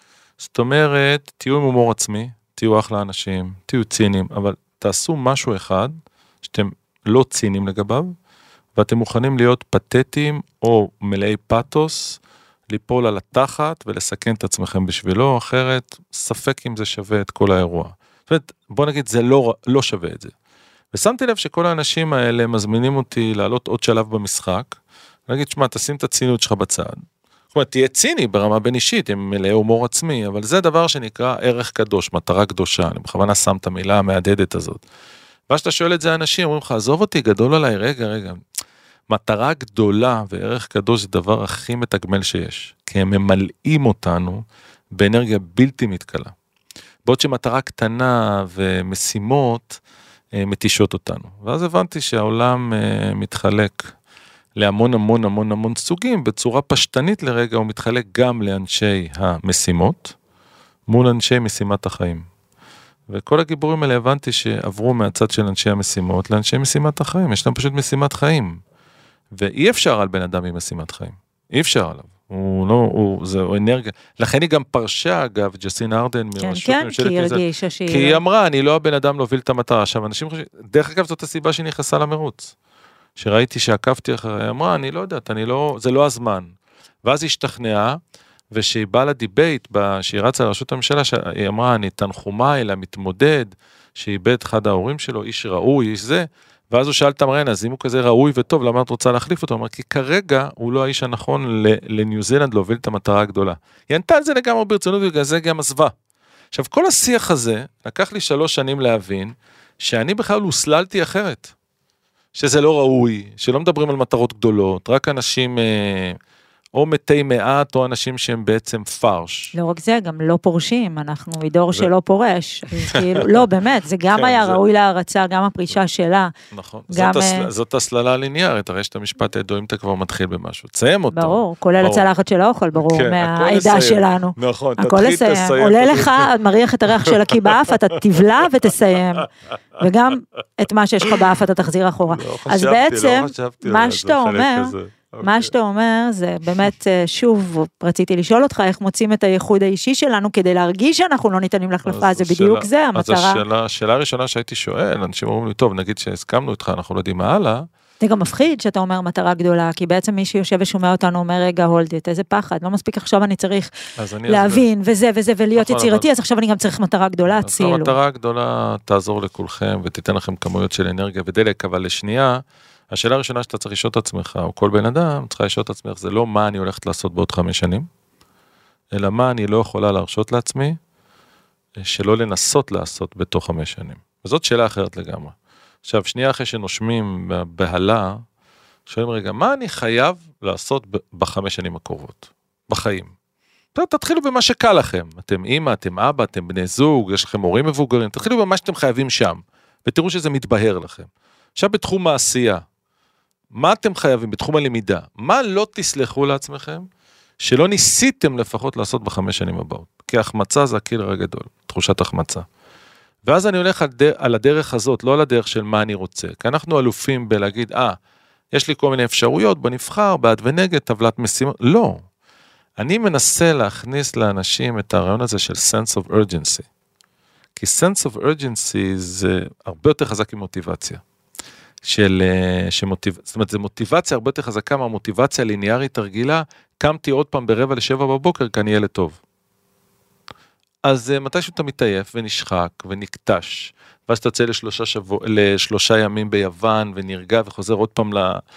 זאת אומרת, תהיו עם הומור עצמי, תהיו אחלה אנשים, תהיו ציניים, אבל תעשו משהו אחד, שאתם לא ציניים לגביו, ואתם מוכנים להיות פתטיים, או מלאי פאטוס, ליפול על התחת, ולסכן את עצמכם בשבילו, אחרת, ספק אם זה שווה את כל האירוע. זאת אומרת, בוא נגיד, זה לא, לא שווה את זה. ושמתי לב שכל האנשים האלה מזמינים אותי לעלות עוד שלב במשחק, להגיד, שמה, תשים את הצינות שלך בצד. זאת אומרת, תהיה ציני ברמה בין אישית, עם מלא הומור עצמי, אבל זה דבר שנקרא ערך קדוש, מטרה קדושה, אני בכוונה שם את המילה המעדדת הזאת. ואז שאתה שואל את זה אנשים, אומרים לך, עזוב אותי, גדול עליי, רגע, רגע. מטרה גדולה וערך קדוש זה דבר הכי מתגמל שיש, כי הם ממלאים אותנו באנרגיה בלתי מתקלה. בעוד שמטרה קטנה ומשימות מתישות אותנו. ואז הבנתי שהעולם מתחלק להמון המון המון המון סוגים, בצורה פשטנית לרגע הוא מתחלק גם לאנשי המשימות, מול אנשי משימת החיים. וכל הגיבורים האלה הבנתי שעברו מהצד של אנשי המשימות לאנשי משימת החיים, יש להם פשוט משימת חיים. ואי אפשר על בן אדם עם משימת חיים, אי אפשר עליו. הוא לא, הוא, זה אנרגיה, לכן היא גם פרשה, אגב, ג'סינה ארדן מרשות כן, ממשלת כי היא הרגישה שהיא... כי היא אמרה, אני לא הבן אדם להוביל את המטרה, עכשיו, אנשים חושבים, דרך אגב, זאת הסיבה שהיא נכנסה למרוץ, שראיתי שעקבתי אחרי, היא אמרה, אני לא יודעת, אני לא, זה לא הזמן, ואז היא השתכנעה, ושהיא באה לדיבייט, שהיא רצה לרשות הממשלה, היא אמרה, אני תנחומה אלא מתמודד, שאיבד אחד ההורים שלו, איש ראוי, איש זה, ואז הוא שאל את המראיין, אז אם הוא כזה ראוי וטוב, למה את רוצה להחליף אותו? הוא אמר, כי כרגע הוא לא האיש הנכון לניו זילנד להוביל את המטרה הגדולה. היא ענתה על זה לגמרי ברצינות, ובגלל זה גם עזבה. עכשיו, כל השיח הזה, לקח לי שלוש שנים להבין, שאני בכלל הוסללתי אחרת. שזה לא ראוי, שלא מדברים על מטרות גדולות, רק אנשים... אה, או מתי מעט, או אנשים שהם בעצם פרש. לא רק זה, גם לא פורשים, אנחנו מדור שלא פורש. כאילו, לא, באמת, זה גם היה ראוי להרצה, גם הפרישה שלה. נכון, זאת הסללה ליניארית, הרי שאתה משפט העדו, אם אתה כבר מתחיל במשהו, תסיים אותו. ברור, כולל הצלחת של האוכל, ברור, מהעדה שלנו. נכון, תתחיל תסיים. עולה לך, מריח את הריח של הקי באף, אתה תבלע ותסיים. וגם את מה שיש לך באף, אתה תחזיר אחורה. אז בעצם, מה שאתה אומר, מה שאתה אומר זה באמת, שוב, רציתי לשאול אותך איך מוצאים את הייחוד האישי שלנו, כדי להרגיש שאנחנו לא ניתנים להחלפה, זה בדיוק זה, המטרה. אז השאלה הראשונה שהייתי שואל, אנשים אומרים לי, טוב, נגיד שהסכמנו איתך, אנחנו לא יודעים מה הלאה. זה גם מפחיד שאתה אומר מטרה גדולה, כי בעצם מי שיושב ושומע אותנו אומר, רגע, הולדית, איזה פחד, לא מספיק עכשיו אני צריך להבין, וזה וזה, ולהיות יצירתי, אז עכשיו אני גם צריך מטרה גדולה, הצילו. אז המטרה הגדולה תעזור לכולכם, ותיתן לכם כמויות של אנרגיה ודלק, אבל לשנייה, השאלה הראשונה שאתה צריך לשאול את עצמך, או כל בן אדם, צריך לשאול את עצמך, זה לא מה אני הולכת לעשות בעוד חמש שנים, אלא מה אני לא יכולה להרשות לעצמי, שלא לנסות לעשות בתוך חמש שנים. וזאת שאלה אחרת לגמרי. עכשיו, שנייה אחרי שנושמים בהלה, שואלים רגע, מה אני חייב לעשות בחמש שנים הקרובות? בחיים. תתחילו במה שקל לכם. אתם אמא, אתם אבא, אתם בני זוג, יש לכם הורים מבוגרים, תתחילו במה שאתם חייבים שם, ותראו שזה מתבהר לכם. עכשיו בתחום העשייה, מה אתם חייבים בתחום הלמידה? מה לא תסלחו לעצמכם, שלא ניסיתם לפחות לעשות בחמש שנים הבאות? כי החמצה זה הקילר הגדול, תחושת החמצה. ואז אני הולך על, דר, על הדרך הזאת, לא על הדרך של מה אני רוצה, כי אנחנו אלופים בלהגיד, אה, יש לי כל מיני אפשרויות, בנבחר, בעד ונגד, טבלת משימות, לא. אני מנסה להכניס לאנשים את הרעיון הזה של sense of urgency, כי sense of urgency זה הרבה יותר חזק ממוטיבציה, של, שמוטיב... זאת אומרת, זה מוטיבציה הרבה יותר חזקה מהמוטיבציה ליניארית הרגילה, קמתי עוד פעם ברבע לשבע בבוקר, כי אני ילד טוב. אז מתישהו אתה מתעייף ונשחק ונקטש, ואז אתה יוצא לשלושה, שבוע, לשלושה ימים ביוון ונרגע וחוזר עוד פעם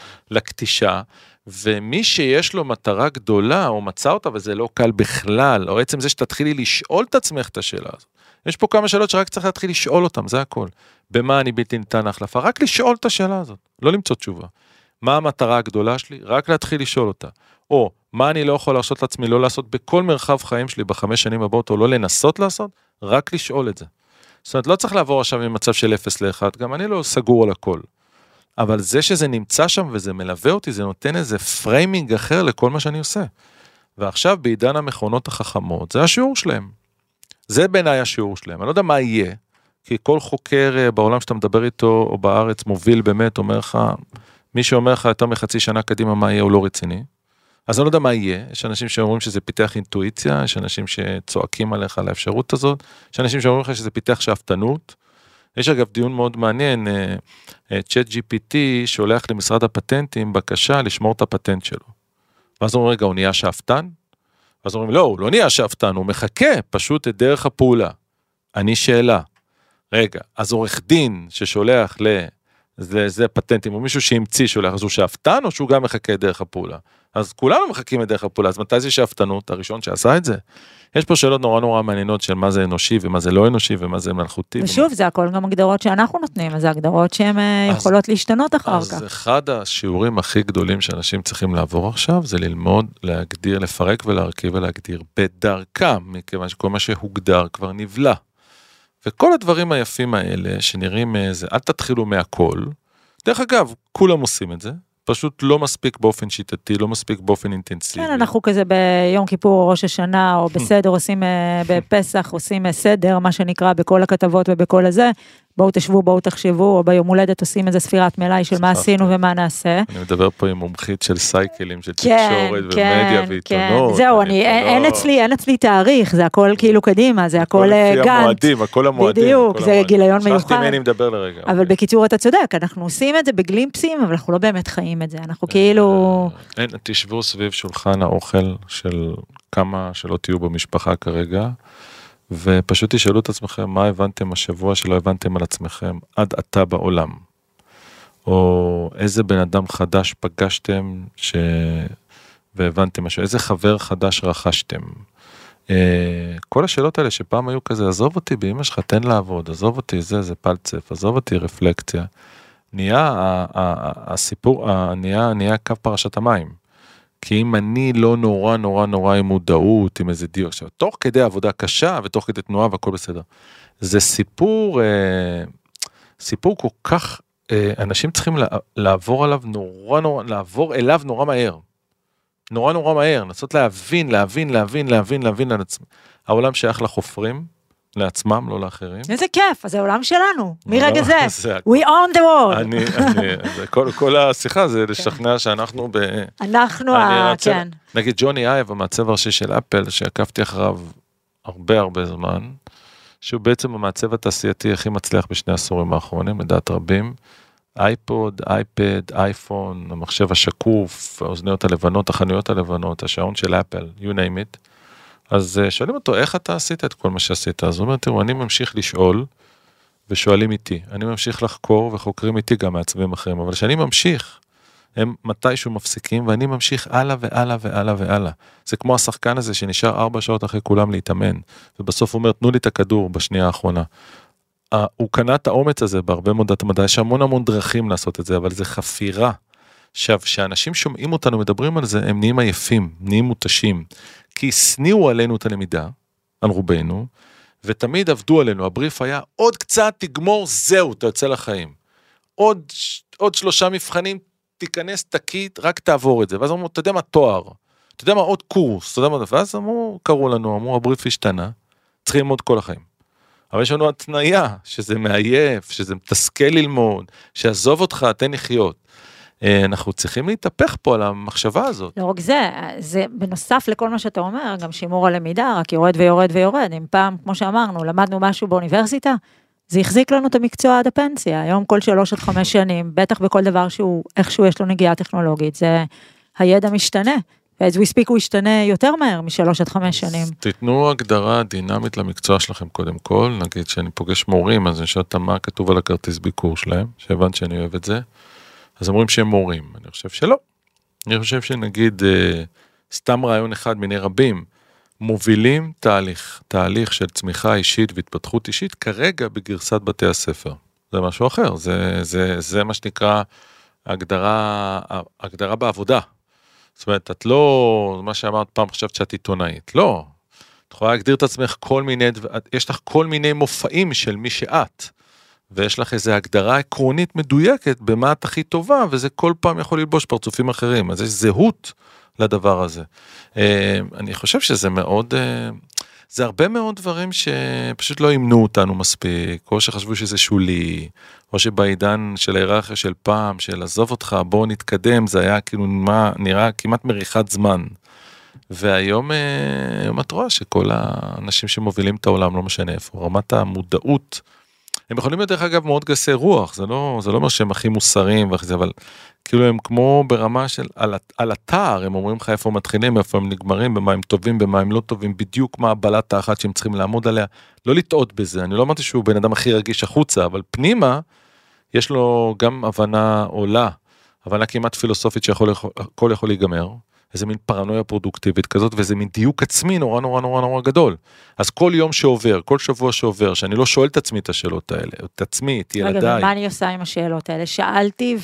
לקטישה, ומי שיש לו מטרה גדולה או מצא אותה וזה לא קל בכלל, או עצם זה שתתחילי לשאול את עצמך את השאלה הזאת. יש פה כמה שאלות שרק צריך להתחיל לשאול אותם, זה הכל. במה אני בלתי ניתן להחלפה? רק לשאול את השאלה הזאת, לא למצוא תשובה. מה המטרה הגדולה שלי? רק להתחיל לשאול אותה. או מה אני לא יכול לעשות לעצמי, לא לעשות בכל מרחב חיים שלי בחמש שנים הבאות, או לא לנסות לעשות, רק לשאול את זה. זאת אומרת, לא צריך לעבור עכשיו ממצב של אפס לאחד, גם אני לא סגור על הכל. אבל זה שזה נמצא שם וזה מלווה אותי, זה נותן איזה פריימינג אחר לכל מה שאני עושה. ועכשיו בעידן המכונות החכמות, זה השיעור שלהם. זה בעיניי השיעור שלהם. אני לא יודע מה יהיה, כי כל חוקר בעולם שאתה מדבר איתו, או בארץ מוביל באמת, אומר לך, מי שאומר לך יותר מחצי שנה קדימה מה יהיה, הוא לא רציני. אז אני לא יודע מה יהיה, יש אנשים שאומרים שזה פיתח אינטואיציה, יש אנשים שצועקים עליך על האפשרות הזאת, יש אנשים שאומרים לך שזה פיתח שאפתנות, יש אגב דיון מאוד מעניין, צ'אט ג'י פי טי שולח למשרד הפטנטים בקשה לשמור את הפטנט שלו, ואז אומרים רגע, הוא נהיה שאפתן? ואז אומרים לא, הוא לא נהיה שאפתן, הוא מחכה פשוט את דרך הפעולה. אני שאלה, רגע, אז עורך דין ששולח ל... זה, זה פטנטים, או מישהו שהמציא שולח, אז הוא שאפתן, או שהוא גם מחכה את דרך הפעולה? אז כולנו מחכים את דרך הפעולה, אז מתי זה שאפתנות? הראשון שעשה את זה? יש פה שאלות נורא נורא מעניינות של מה זה אנושי, ומה זה לא אנושי, ומה זה מלאכותי. ושוב, ומה... זה הכל גם הגדרות שאנחנו נותנים, אז זה הגדרות שהן אז, יכולות להשתנות אחר אז כך. אז אחד השיעורים הכי גדולים שאנשים צריכים לעבור עכשיו, זה ללמוד, להגדיר, לפרק ולהרכיב ולהגדיר בדרכם, מכיוון שכל מה שהוגדר כבר נבלע. וכל הדברים היפים האלה, שנראים איזה, אל תתחילו מהכל, דרך אגב, כולם עושים את זה, פשוט לא מספיק באופן שיטתי, לא מספיק באופן אינטנסיבי. כן, אנחנו כזה ביום כיפור או ראש השנה, או בסדר, עושים בפסח, עושים סדר, מה שנקרא, בכל הכתבות ובכל הזה, בואו תשבו, בואו תחשבו, או ביום הולדת עושים איזה ספירת מלאי של מה עשינו ומה נעשה. אני מדבר פה עם מומחית של סייקלים, של תקשורת ומדיה ועיתונות. זהו, אין אצלי, אין אצלי תאריך, זה הכל כאילו קדימה, זה הכל גאנט. הכל לפי המועדים, הכל המועדים. בדיוק, זה גיליון מיוחד. שכחתי ממני מדבר לרגע. אבל בקיצור אתה צודק, אנחנו עושים את זה בגלימפסים, אבל אנחנו לא באמת חיים את זה, אנחנו כאילו... תשבו סביב שולחן האוכל של כמה שלא תהיו במשפחה כרגע, ופשוט תשאלו את עצמכם מה הבנתם השבוע שלא הבנתם על עצמכם עד עתה בעולם, או איזה בן אדם חדש פגשתם ש... והבנתם משהו, איזה חבר חדש רכשתם. כל השאלות האלה שפעם היו כזה, עזוב אותי באמא שלך, תן לעבוד, עזוב אותי זה, זה פלצף, עזוב אותי רפלקציה, נהיה הסיפור, נהיה, נהיה קו פרשת המים. כי אם אני לא נורא נורא נורא עם מודעות, עם איזה דיוק, עכשיו, תוך כדי עבודה קשה, ותוך כדי תנועה והכל בסדר. זה סיפור, סיפור כל כך, אנשים צריכים לעבור עליו נורא נורא, לעבור אליו נורא מהר. נורא נורא מהר, לנסות להבין, להבין, להבין, להבין, להבין על עצמם. העולם שייך לחופרים, לעצמם, לא לאחרים. איזה כיף, אז זה עולם שלנו, מרגע זה. We own the world. אני, אני, כל, כל השיחה זה לשכנע שאנחנו ב... אנחנו, כן. נגיד ג'וני אייב, המעצב הראשי של אפל, שעקבתי אחריו הרבה הרבה זמן, שהוא בעצם המעצב התעשייתי הכי מצליח בשני עשורים האחרונים, לדעת רבים, אייפוד, אייפד, אייפון, המחשב השקוף, האוזניות הלבנות, החנויות הלבנות, השעון של אפל, you name it. אז שואלים אותו, איך אתה עשית את כל מה שעשית? אז הוא אומר, תראו, אני ממשיך לשאול, ושואלים איתי. אני ממשיך לחקור, וחוקרים איתי גם מעצבים אחרים, אבל כשאני ממשיך, הם מתישהו מפסיקים, ואני ממשיך הלאה והלאה והלאה והלאה. זה כמו השחקן הזה, שנשאר ארבע שעות אחרי כולם להתאמן, ובסוף הוא אומר, תנו לי את הכדור בשנייה האחרונה. הוא קנה את האומץ הזה בהרבה מאוד התמדה, יש המון המון דרכים לעשות את זה, אבל זה חפירה. עכשיו, שאנשים שומעים אותנו, מדברים על זה, הם נהיים עייפים, נהיים מותשים, כי סניעו עלינו את הלמידה, על רובנו, ותמיד עבדו עלינו, הבריף היה, עוד קצת תגמור, זהו, אתה יוצא לחיים. עוד, עוד שלושה מבחנים, תיכנס תקית, רק תעבור את זה. ואז אמרו, אתה יודע מה תואר? אתה יודע מה עוד קורס? אתה יודע מה? ואז אמרו, קראו לנו, אמרו, הבריף השתנה, צריכים ללמוד כל החיים. אבל יש לנו התניה, שזה מעייף, שזה מתסכל ללמוד, שעזוב אותך, תן לחיות. אנחנו צריכים להתהפך פה על המחשבה הזאת. לא רק זה, זה בנוסף לכל מה שאתה אומר, גם שימור הלמידה, רק יורד ויורד ויורד. אם פעם, כמו שאמרנו, למדנו משהו באוניברסיטה, זה החזיק לנו את המקצוע עד הפנסיה. היום כל שלוש עד חמש שנים, בטח בכל דבר שהוא, איכשהו יש לו נגיעה טכנולוגית, זה הידע משתנה. as we speak הוא ישתנה יותר מהר משלוש עד חמש שנים. תיתנו הגדרה דינמית למקצוע שלכם קודם כל, נגיד שאני פוגש מורים, אז אני שואל אותם מה כתוב על הכרטיס ביקור שלהם, שהבנת שאני אוהב את זה, אז אומרים שהם מורים, אני חושב שלא. אני חושב שנגיד, סתם רעיון אחד מיני רבים, מובילים תהליך, תהליך של צמיחה אישית והתפתחות אישית, כרגע בגרסת בתי הספר. זה משהו אחר, זה, זה, זה מה שנקרא הגדרה, הגדרה בעבודה. זאת אומרת, את לא, מה שאמרת פעם, חשבת שאת עיתונאית, לא. את יכולה להגדיר את עצמך כל מיני, יש לך כל מיני מופעים של מי שאת, ויש לך איזו הגדרה עקרונית מדויקת, במה את הכי טובה, וזה כל פעם יכול ללבוש פרצופים אחרים, אז יש זהות לדבר הזה. אני חושב שזה מאוד, זה הרבה מאוד דברים שפשוט לא ימנו אותנו מספיק, או שחשבו שזה שולי, או שבעידן של ההיררכיה של פעם, של עזוב אותך, בואו נתקדם, זה היה כאילו מה, נראה כמעט מריחת זמן. והיום היום את רואה שכל האנשים שמובילים את העולם, לא משנה איפה, רמת המודעות, הם יכולים להיות דרך אגב מאוד גסי רוח, זה לא, זה לא אומר שהם הכי מוסריים וכזה, אבל כאילו הם כמו ברמה של, על, על התאר, הם אומרים לך איפה הם מתחילים, איפה הם נגמרים, במה הם טובים, במה הם לא טובים, בדיוק מה הבלטה האחת שהם צריכים לעמוד עליה, לא לטעות בזה, אני לא אמרתי שהוא בן אדם הכי רגיש החוצה, אבל פנימה, יש לו גם הבנה עולה, הבנה כמעט פילוסופית שהכל יכול להיגמר, איזה מין פרנויה פרודוקטיבית כזאת, ואיזה מין דיוק עצמי נורא נורא נורא נורא גדול. אז כל יום שעובר, כל שבוע שעובר, שאני לא שואל את עצמי את השאלות האלה, את עצמי, את ילדיי. רגע, ומה אני עושה עם השאלות האלה? שאלתי,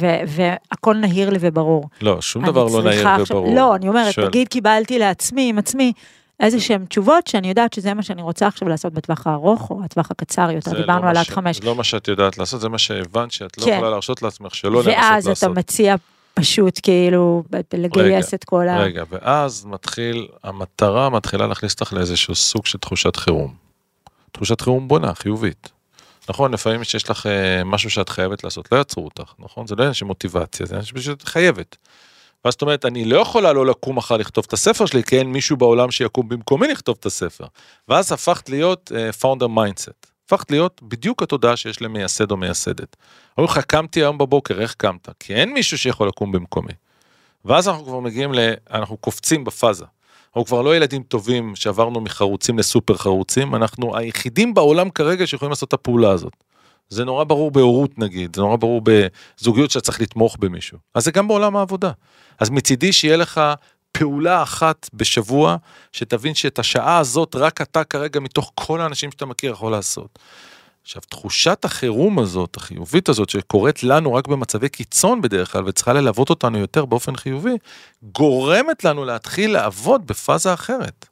והכל נהיר לי וברור. לא, שום דבר לא נהיר וברור. לא, אני אומרת, תגיד, קיבלתי לעצמי, עם עצמי, איזה שהן תשובות, שאני יודעת שזה מה שאני רוצה עכשיו לעשות בטווח הארוך, או הטווח הקצר יותר, דיברנו על עד חמש. זה לא מה שאת יודעת לעשות, זה מה שהבנת שאת לא יכולה להרשות לעצמך שלא לנסות לעשות. ואז אתה מציע פשוט כאילו לגייס את כל ה... רגע, ואז מתחיל, המטרה מתחילה להכניס אותך לאיזשהו סוג של תחושת חירום. תחושת חירום בונה, חיובית. נכון, לפעמים שיש לך משהו שאת חייבת לעשות, לא יצרו אותך, נכון? זה לא עניין של מוטיבציה, זה עניין שפשוט חייבת. ואז זאת אומרת, אני לא יכולה לא לקום אחר לכתוב את הספר שלי, כי אין מישהו בעולם שיקום במקומי לכתוב את הספר. ואז הפכת להיות uh, founder mindset. הפכת להיות בדיוק התודעה שיש למייסד או מייסדת. אמרו לך, קמתי היום בבוקר, איך קמת? כי אין מישהו שיכול לקום במקומי. ואז אנחנו כבר מגיעים ל... אנחנו קופצים בפאזה. אנחנו כבר לא ילדים טובים שעברנו מחרוצים לסופר חרוצים, אנחנו היחידים בעולם כרגע שיכולים לעשות את הפעולה הזאת. זה נורא ברור בהורות נגיד, זה נורא ברור בזוגיות שאתה צריך לתמוך במישהו. אז זה גם בעולם העבודה. אז מצידי שיהיה לך פעולה אחת בשבוע, שתבין שאת השעה הזאת רק אתה כרגע מתוך כל האנשים שאתה מכיר יכול לעשות. עכשיו, תחושת החירום הזאת, החיובית הזאת, שקורית לנו רק במצבי קיצון בדרך כלל, וצריכה ללוות אותנו יותר באופן חיובי, גורמת לנו להתחיל לעבוד בפאזה אחרת.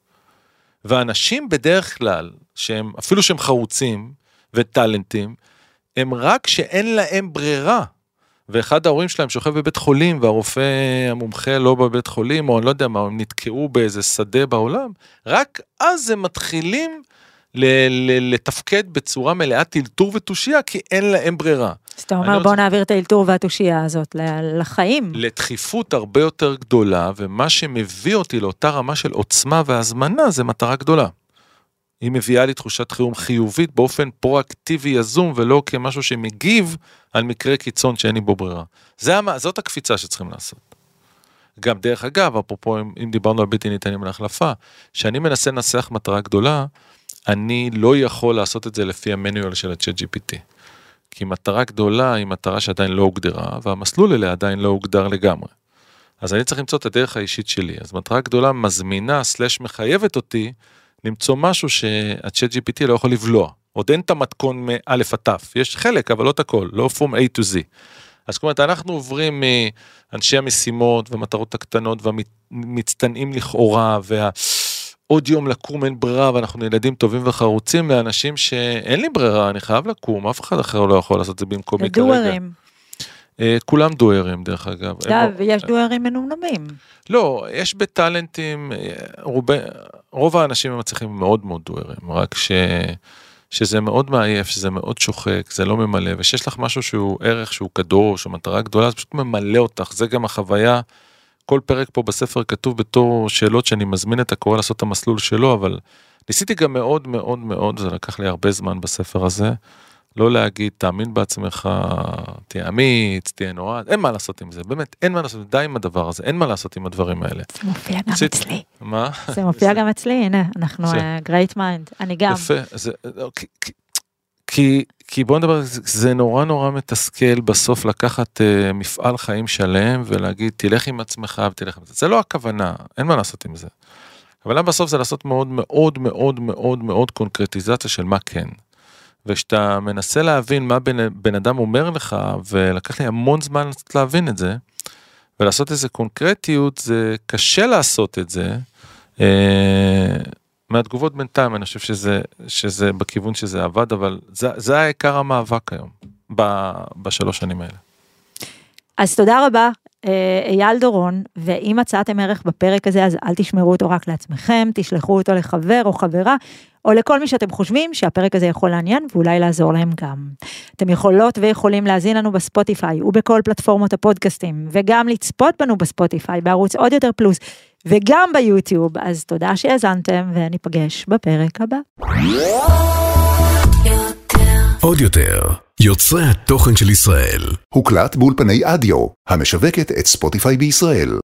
ואנשים בדרך כלל, שהם, אפילו שהם חרוצים וטלנטים, הם רק שאין להם ברירה. ואחד ההורים שלהם שוכב בבית חולים, והרופא המומחה לא בבית חולים, או אני לא יודע מה, הם נתקעו באיזה שדה בעולם, רק אז הם מתחילים לתפקד בצורה מלאה טלטור ותושייה, כי אין להם ברירה. אז אתה אומר, בוא נעביר את הטלטור והתושייה הזאת לחיים. לדחיפות הרבה יותר גדולה, ומה שמביא אותי לאותה רמה של עוצמה והזמנה, זה מטרה גדולה. היא מביאה לי תחושת חירום חיובית, באופן פרואקטיבי יזום, ולא כמשהו שמגיב על מקרה קיצון שאין לי בו ברירה. זאת הקפיצה שצריכים לעשות. גם דרך אגב, אפרופו, אם דיברנו על בלתי ניתנים להחלפה, שאני מנסה לנסח מטרה גדולה, אני לא יכול לעשות את זה לפי המנואל של ה-צ'אט ג'י פי טי. כי מטרה גדולה היא מטרה שעדיין לא הוגדרה, והמסלול אליה עדיין לא הוגדר לגמרי. אז אני צריך למצוא את הדרך האישית שלי. אז מטרה גדולה מזמינה, סלש מחייבת אותי, למצוא משהו שה-צ'אט ג'י פי טי לא יכול לבלוע. עוד אין את המתכון מאלף עד תף. יש חלק, אבל לא את הכל. לא from A to Z. אז זאת אומרת, אנחנו עוברים מאנשי המשימות ומטרות הקטנות והמצטנעים לכאורה, ועוד יום לקום אין ברירה, ואנחנו ילדים טובים וחרוצים לאנשים שאין לי ברירה, אני חייב לקום, אף אחד אחר לא יכול לעשות את זה במקומי כרגע. דוארים. כולם דוארים, דרך אגב. ויש דוארים מנומנמים. לא, יש בטלנטים, רוב האנשים מצליחים מאוד מאוד דוארים, רק ש... שזה מאוד מעייף, שזה מאוד שוחק, זה לא ממלא, ושיש לך משהו שהוא ערך, שהוא קדוש, או מטרה גדולה, זה פשוט ממלא אותך, זה גם החוויה, כל פרק פה בספר כתוב בתור שאלות שאני מזמין את הקורא לעשות את המסלול שלו, אבל ניסיתי גם מאוד מאוד מאוד, זה לקח לי הרבה זמן בספר הזה, לא להגיד, תאמין בעצמך, תהיה אמיץ, תהיה נורא, אין מה לעשות עם זה, באמת, אין מה לעשות, די עם הדבר הזה, אין מה לעשות עם הדברים האלה. זה מופיע גם אצלי. מה? זה מופיע גם אצלי, הנה, אנחנו great mind, אני גם. יפה, כי בוא נדבר, זה נורא נורא מתסכל בסוף לקחת מפעל חיים שלם, ולהגיד, תלך עם עצמך ותלך עם זה, זה לא הכוונה, אין מה לעשות עם זה. אבל בסוף זה לעשות מאוד מאוד מאוד מאוד מאוד קונקרטיזציה של מה כן. וכשאתה מנסה להבין מה בן, בן אדם אומר לך, ולקח לי המון זמן להבין את זה, ולעשות איזה קונקרטיות, זה קשה לעשות את זה, אה, מהתגובות בינתיים, אני חושב שזה, שזה בכיוון שזה עבד, אבל זה, זה העיקר המאבק היום, ב, בשלוש שנים האלה. אז תודה רבה, אייל דורון, ואם מצאתם ערך בפרק הזה, אז אל תשמרו אותו רק לעצמכם, תשלחו אותו לחבר או חברה, או לכל מי שאתם חושבים שהפרק הזה יכול לעניין, ואולי לעזור להם גם. אתם יכולות ויכולים להזין לנו בספוטיפיי, ובכל פלטפורמות הפודקאסטים, וגם לצפות בנו בספוטיפיי, בערוץ עוד יותר פלוס, וגם ביוטיוב. אז תודה שהאזנתם, וניפגש בפרק הבא. עוד יותר, יוצרי התוכן של ישראל. הוקלט באולפני אדיו, המשווקת את ספוטיפיי בישראל.